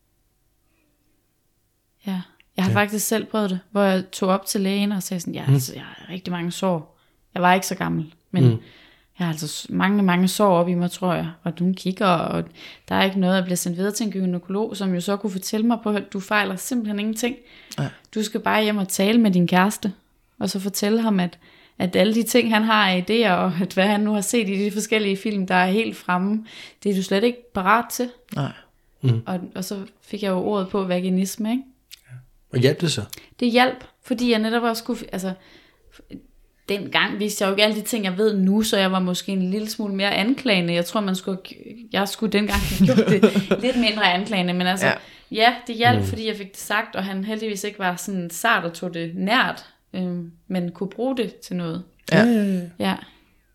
Jeg har faktisk selv prøvet det, hvor jeg tog op til lægen og sagde sådan, jeg har rigtig mange sår. Jeg var ikke så gammel, men jeg har altså mange sår op i mig, tror jeg. Og du kigger, og der er ikke noget, jeg bliver sendt videre til en gynekolog, som jo så kunne fortælle mig på, at du fejler simpelthen ingenting. Ja. Du skal bare hjem og tale med din kæreste, og så fortælle ham, at alle de ting, han har af idéer, og at hvad han nu har set i de forskellige film, der er helt fremme, det er du slet ikke parat til. Nej. Og så fik jeg jo ordet på vaginisme, ikke? Og hjalp det så? Det hjalp, fordi jeg netop også skulle, altså dengang vidste jeg jo ikke alle de ting, jeg ved nu, så jeg var måske en lille smule mere anklagende. Jeg tror, jeg skulle dengang have gjort det lidt mindre anklagende, men altså, det hjalp, fordi jeg fik det sagt, og han heldigvis ikke var sådan sart og tog det nært, men kunne bruge det til noget. Ja.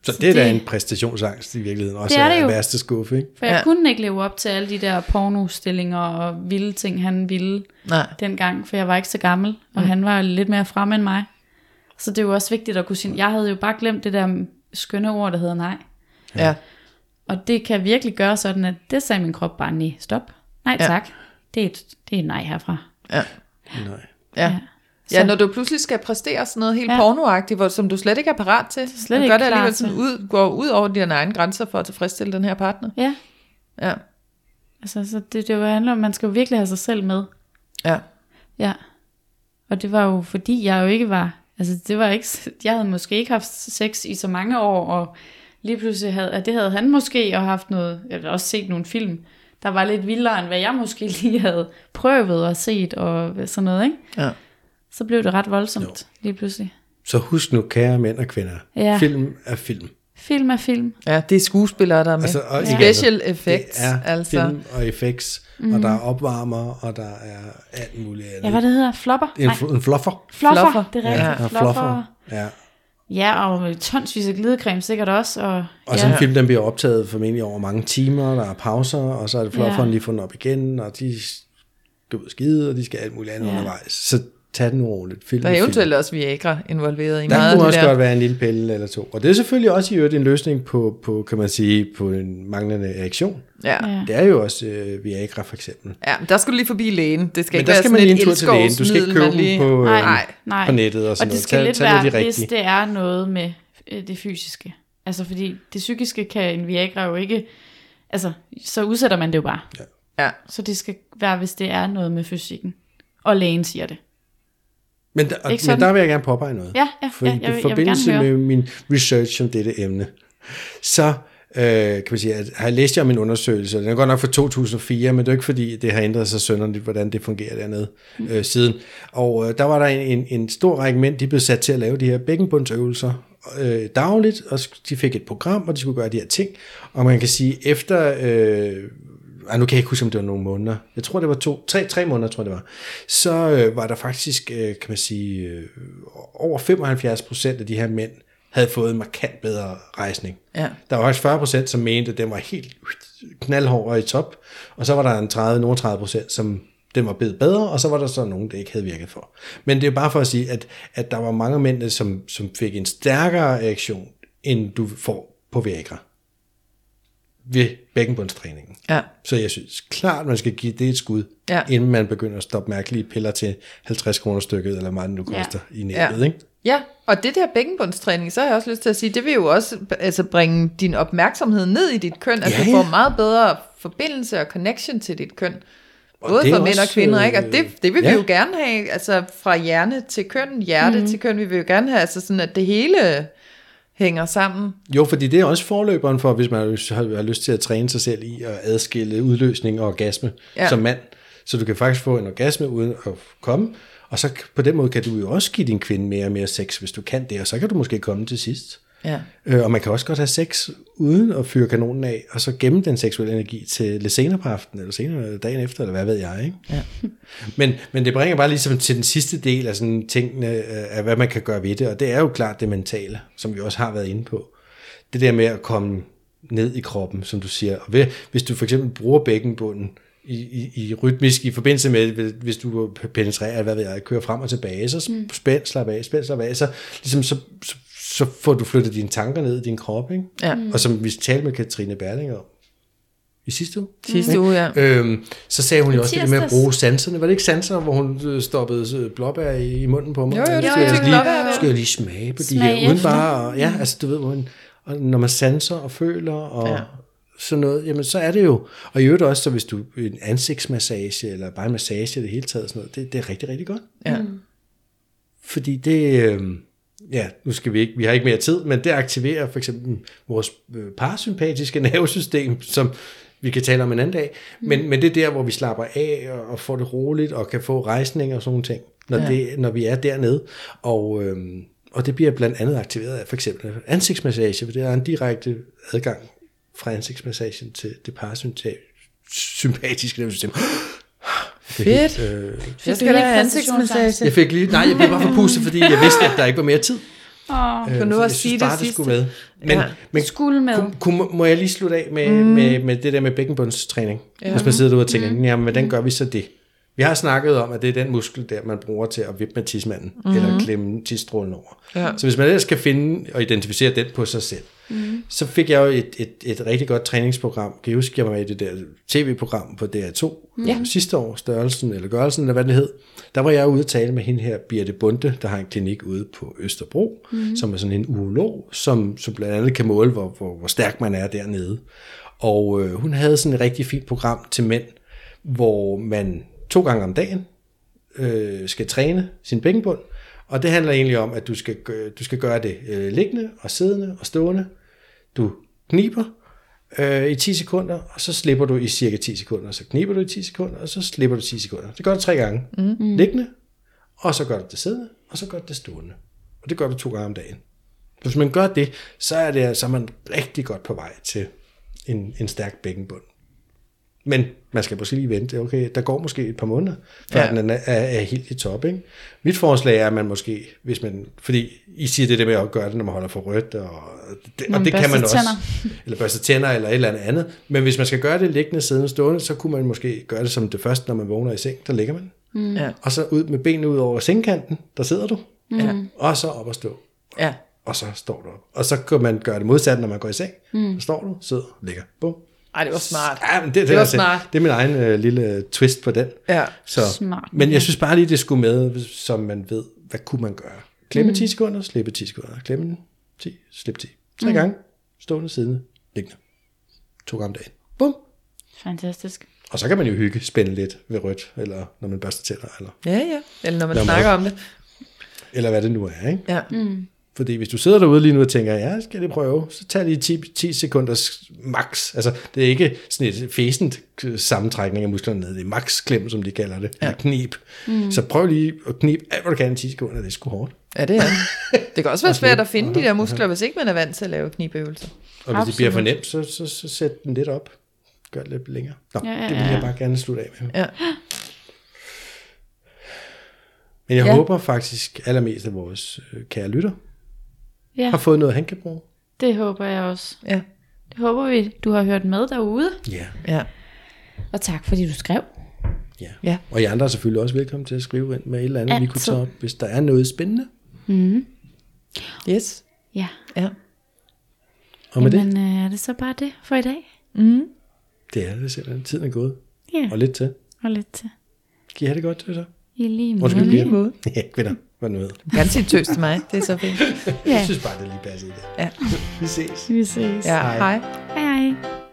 Så det er da en præstationsangst i virkeligheden, også det er værste skuffe, ikke? For jeg kunne ikke leve op til alle de der pornostillinger og vilde ting, han ville dengang, for jeg var ikke så gammel, og han var lidt mere fremme end mig. Så det er jo også vigtigt at kunne sige, jeg havde jo bare glemt det der skønne ord, der hedder nej. Ja. Og det kan virkelig gøre sådan, at det sagde min krop bare, nej, stop. Nej tak. Det er et nej herfra. Ja. Nej. Ja. Ja, når du pludselig skal præstere sådan noget helt pornoagtigt, som du slet ikke er parat til. Slet ikke gør det alligevel sådan går ud over dine egne grænser for at tilfredsstille den her partner. Ja. Ja. Altså, så det handler om, man skal jo virkelig have sig selv med. Ja. Ja. Og det var jo, fordi jeg jo ikke var, altså det var ikke, jeg havde måske ikke haft sex i så mange år, og lige pludselig havde han måske, og haft noget, jeg har også set nogle film, der var lidt vildere, end hvad jeg måske lige havde prøvet og set, og sådan noget, ikke? Ja. Så blev det ret voldsomt lige pludselig. Så husk nu, kære mænd og kvinder, film er film. Film er film. Ja, det er skuespillere, der er med. Altså, special effects. Det er altså. film og effects, og der er opvarmer, og der er alt muligt andet. Ja, hvad det hedder? Flopper? En fluffer. Fluffer, det er rigtigt. Ja, fluffer. Ja. Ja, og tonsvis af glidecreme sikkert også. Og sådan en film, den bliver optaget formentlig over mange timer, der er pauser, og så er det flufferen lige fundet op igen, og de skal ud og skide, og de skal alt muligt andet undervejs. Så tag den roligt. Der er eventuelt også Viagra involveret i der meget af det der. Der kunne også godt være en lille pille eller to. Og det er selvfølgelig også i øvrigt en løsning på, kan man sige, på en manglende erektion. Ja. Det er jo også Viagra for eksempel. Ja, men der skal du lige forbi lægen. Det skal men ikke være sådan et elskovsmiddel. Du skal ikke købe den på nettet og sådan noget. Og det skal lidt være, hvis det er noget med det fysiske. Altså fordi det psykiske kan en Viagra jo ikke, altså så udsætter man det jo bare. Ja. Så det skal være, hvis det er noget med fysikken. Og lægen siger det. Men der vil jeg gerne påpege noget. Ja, I forbindelse med min research om dette emne, så kan man sige, at har jeg læst om en undersøgelse, den er godt nok fra 2004, men det er ikke fordi, det har ændret sig sønderligt, hvordan det fungerer dernede siden. Og der var der en stor række mænd, de blev sat til at lave de her bækkenbundsøvelser dagligt, og de fik et program, og de skulle gøre de her ting. Og man kan sige, efter nu kan jeg ikke huske, om det var nogle måneder. Jeg tror, det var 3 måneder, tror jeg, det var. Så var der faktisk, kan man sige, over 75% af de her mænd havde fået en markant bedre rejsning. Ja. Der var også 40%, som mente, at den var helt knaldhård og i top. Og så var der nogle 30%, som den var blevet bedre, og så var der så nogen, der ikke havde virket for. Men det er bare for at sige, at der var mange mænd, som fik en stærkere reaktion, end du får på Viagra ved bækkenbundstræningen. Ja. Så jeg synes klart, man skal give det et skud, inden man begynder at stoppe mærkelige piller til 50 kroner stykket, eller meget nu koster i nettet, ikke? Ja, og det der bækkenbundstræning, så har jeg også lyst til at sige, det vil jo også bringe din opmærksomhed ned i dit køn, altså du får meget bedre forbindelse og connection til dit køn. Både for mænd og kvinder, ikke? Og det vil vi jo gerne have, altså fra hjerne til køn, hjerte til køn, vi vil jo gerne have, altså sådan, at det hele hænger sammen. Jo, fordi det er også forløberen for, hvis man har lyst til at træne sig selv i at adskille udløsning og orgasme som mand. Så du kan faktisk få en orgasme uden at komme, og så på den måde kan du jo også give din kvinde mere og mere sex, hvis du kan det, og så kan du måske komme til sidst. Ja. Og man kan også godt have sex uden at fyre kanonen af, og så gemme den seksuelle energi til lidt senere på aftenen, eller senere dagen efter, eller hvad ved jeg, ikke? Ja. Men det bringer bare ligesom til den sidste del af sådan tingene, af hvad man kan gøre ved det, og det er jo klart det mentale, som vi også har været inde på. Det der med at komme ned i kroppen, som du siger, og hvis du for eksempel bruger bækkenbunden i rytmisk, i forbindelse med, hvis du penetrerer, hvad ved jeg, kører frem og tilbage, så spænd, slap af, så ligesom så får du flyttet dine tanker ned i din krop, ikke? Ja. Og som vi talte med Katrine Berling om i sidste uge. Så sagde hun jo også det med at bruge sanserne. Var det ikke sanser, hvor hun stoppede blåbær i munden på mig? Jo, det skulle jeg lige smage på de her, uden bare, og, altså du ved, og når man sanser og føler, og sådan noget, jamen så er det jo, og i øvrigt også, så hvis du en ansigtsmassage, eller bare en massage i det hele taget, sådan noget, det er rigtig, rigtig godt. Ja. Fordi det, nu skal vi har ikke mere tid, men det aktiverer for eksempel vores parasympatiske nervesystem, som vi kan tale om en anden dag, men det er der, hvor vi slapper af, og får det roligt, og kan få rejsning og sådan nogle ting, når vi er dernede, og det bliver blandt andet aktiveret af for eksempel ansigtsmassage, for det er en direkte adgang fra ansigtsmassagen til det parasympatiske nervesystem. Fedt. Jeg skal have ansigtsmassage. Jeg blev bare forpustet, fordi jeg vidste, at der ikke var mere tid. Kan du også sige det sidste? Skulle med. Men skulle med. Må jeg lige slutte af med det der med bækkenbundstræning? Ja. Hvis man sidder derude og tænker, jamen hvordan gør vi så det? Vi har snakket om, at det er den muskel der, man bruger til at vippe med tidsmanden, eller klemme tidsstrålen over. Ja. Så hvis man ellers skal finde og identificere den på sig selv, så fik jeg jo et rigtig godt træningsprogram. Kan I huske, jeg var med i det der tv-program på DR2 sidste år, Størrelsen eller Gørelsen, eller hvad det hed. Der var jeg ude at tale med hende her, Birte Bunde, der har en klinik ude på Østerbro, som er sådan en urolog, som blandt andet kan måle, hvor stærk man er dernede. Og hun havde sådan et rigtig fint program til mænd, hvor man 2 gange om dagen skal træne sin bækkenbund, og det handler egentlig om, at du skal gøre det liggende og siddende og stående. Du kniber i 10 sekunder, og så slipper du i cirka 10 sekunder, så kniber du i 10 sekunder, og så slipper du 10 sekunder. Det gør du 3 gange. Liggende, og så gør du det siddende, og så gør du det stående. Og det gør du 2 gange om dagen. Hvis man gør det, så er man rigtig godt på vej til en stærk bækkenbund. Men man skal måske lige vente. Okay, der går måske et par måneder, før den er helt i top. Ikke? Mit forslag er, at man måske, hvis man, fordi I siger det der med at gøre det, når man holder for rødt, og det kan man også. Eller børste tænder, eller et eller andet. Men hvis man skal gøre det liggende, siddende, stående, så kunne man måske gøre det som det første, når man vågner i seng. Der ligger man. Og så ud med benene ud over sengekanten, der sidder du. Og så op og stå. Og så står du op. Og så kan man gøre det modsat, når man går i seng. Så står du, sidder, ligger. Bum. Ej, det var smart. Ja, men det var smart. Det er min egen lille twist på den. Ja. Så, smart. Men jeg synes bare lige, det skulle med, så man ved, hvad kunne man gøre. Klemme 10 sekunder, slippe 10 sekunder. Klemme 10, slippe 10. 3 gange. Stående, siddende, liggende. 2 gange om dagen. Bum. Fantastisk. Og så kan man jo spænde lidt ved rødt, eller når man børster tænder. Eller, eller når man snakker om det. Eller hvad det nu er, ikke? Ja. Fordi hvis du sidder derude lige nu og tænker, ja, skal det prøve, så tag lige 10 sekunders max. Altså, det er ikke sådan et fæsent sammentrækning af musklerne ned. Det er max-klem, som de kalder det. Eller knib. Så prøv lige at knibe alt, hvad du kan i 10 sekunder. Det er sgu hårdt. Ja, det er. Det kan også være svært at finde de der muskler, hvis ikke man er vant til at lave knibøvelser. Og hvis det bliver for nemt, så sæt den lidt op. Gør det lidt længere. Nå, det vil jeg bare gerne slutte af med. Ja. Men jeg håber faktisk allermest, at vores kære lytter har fået noget, han kan bruge. Det håber jeg også. Ja. Det håber vi, du har hørt med derude. Ja. Og tak, fordi du skrev. Ja. Og I andre er selvfølgelig også velkommen til at skrive ind med et eller andet, vi kunne tage op, hvis der er noget spændende. Yes. Ja. Og med det? Er det så bare det for i dag? Det er det simpelthen. Tiden er gået. Ja. Og lidt til. Kan I have det godt til så? I lige måde. Ja, kvinder. Hvad nu hedder? Kan sige tøs til mig. Det er så fint. Jeg synes bare, det lige passer i det. Ja. Vi ses. Vi ses. Ja, hej. Hej.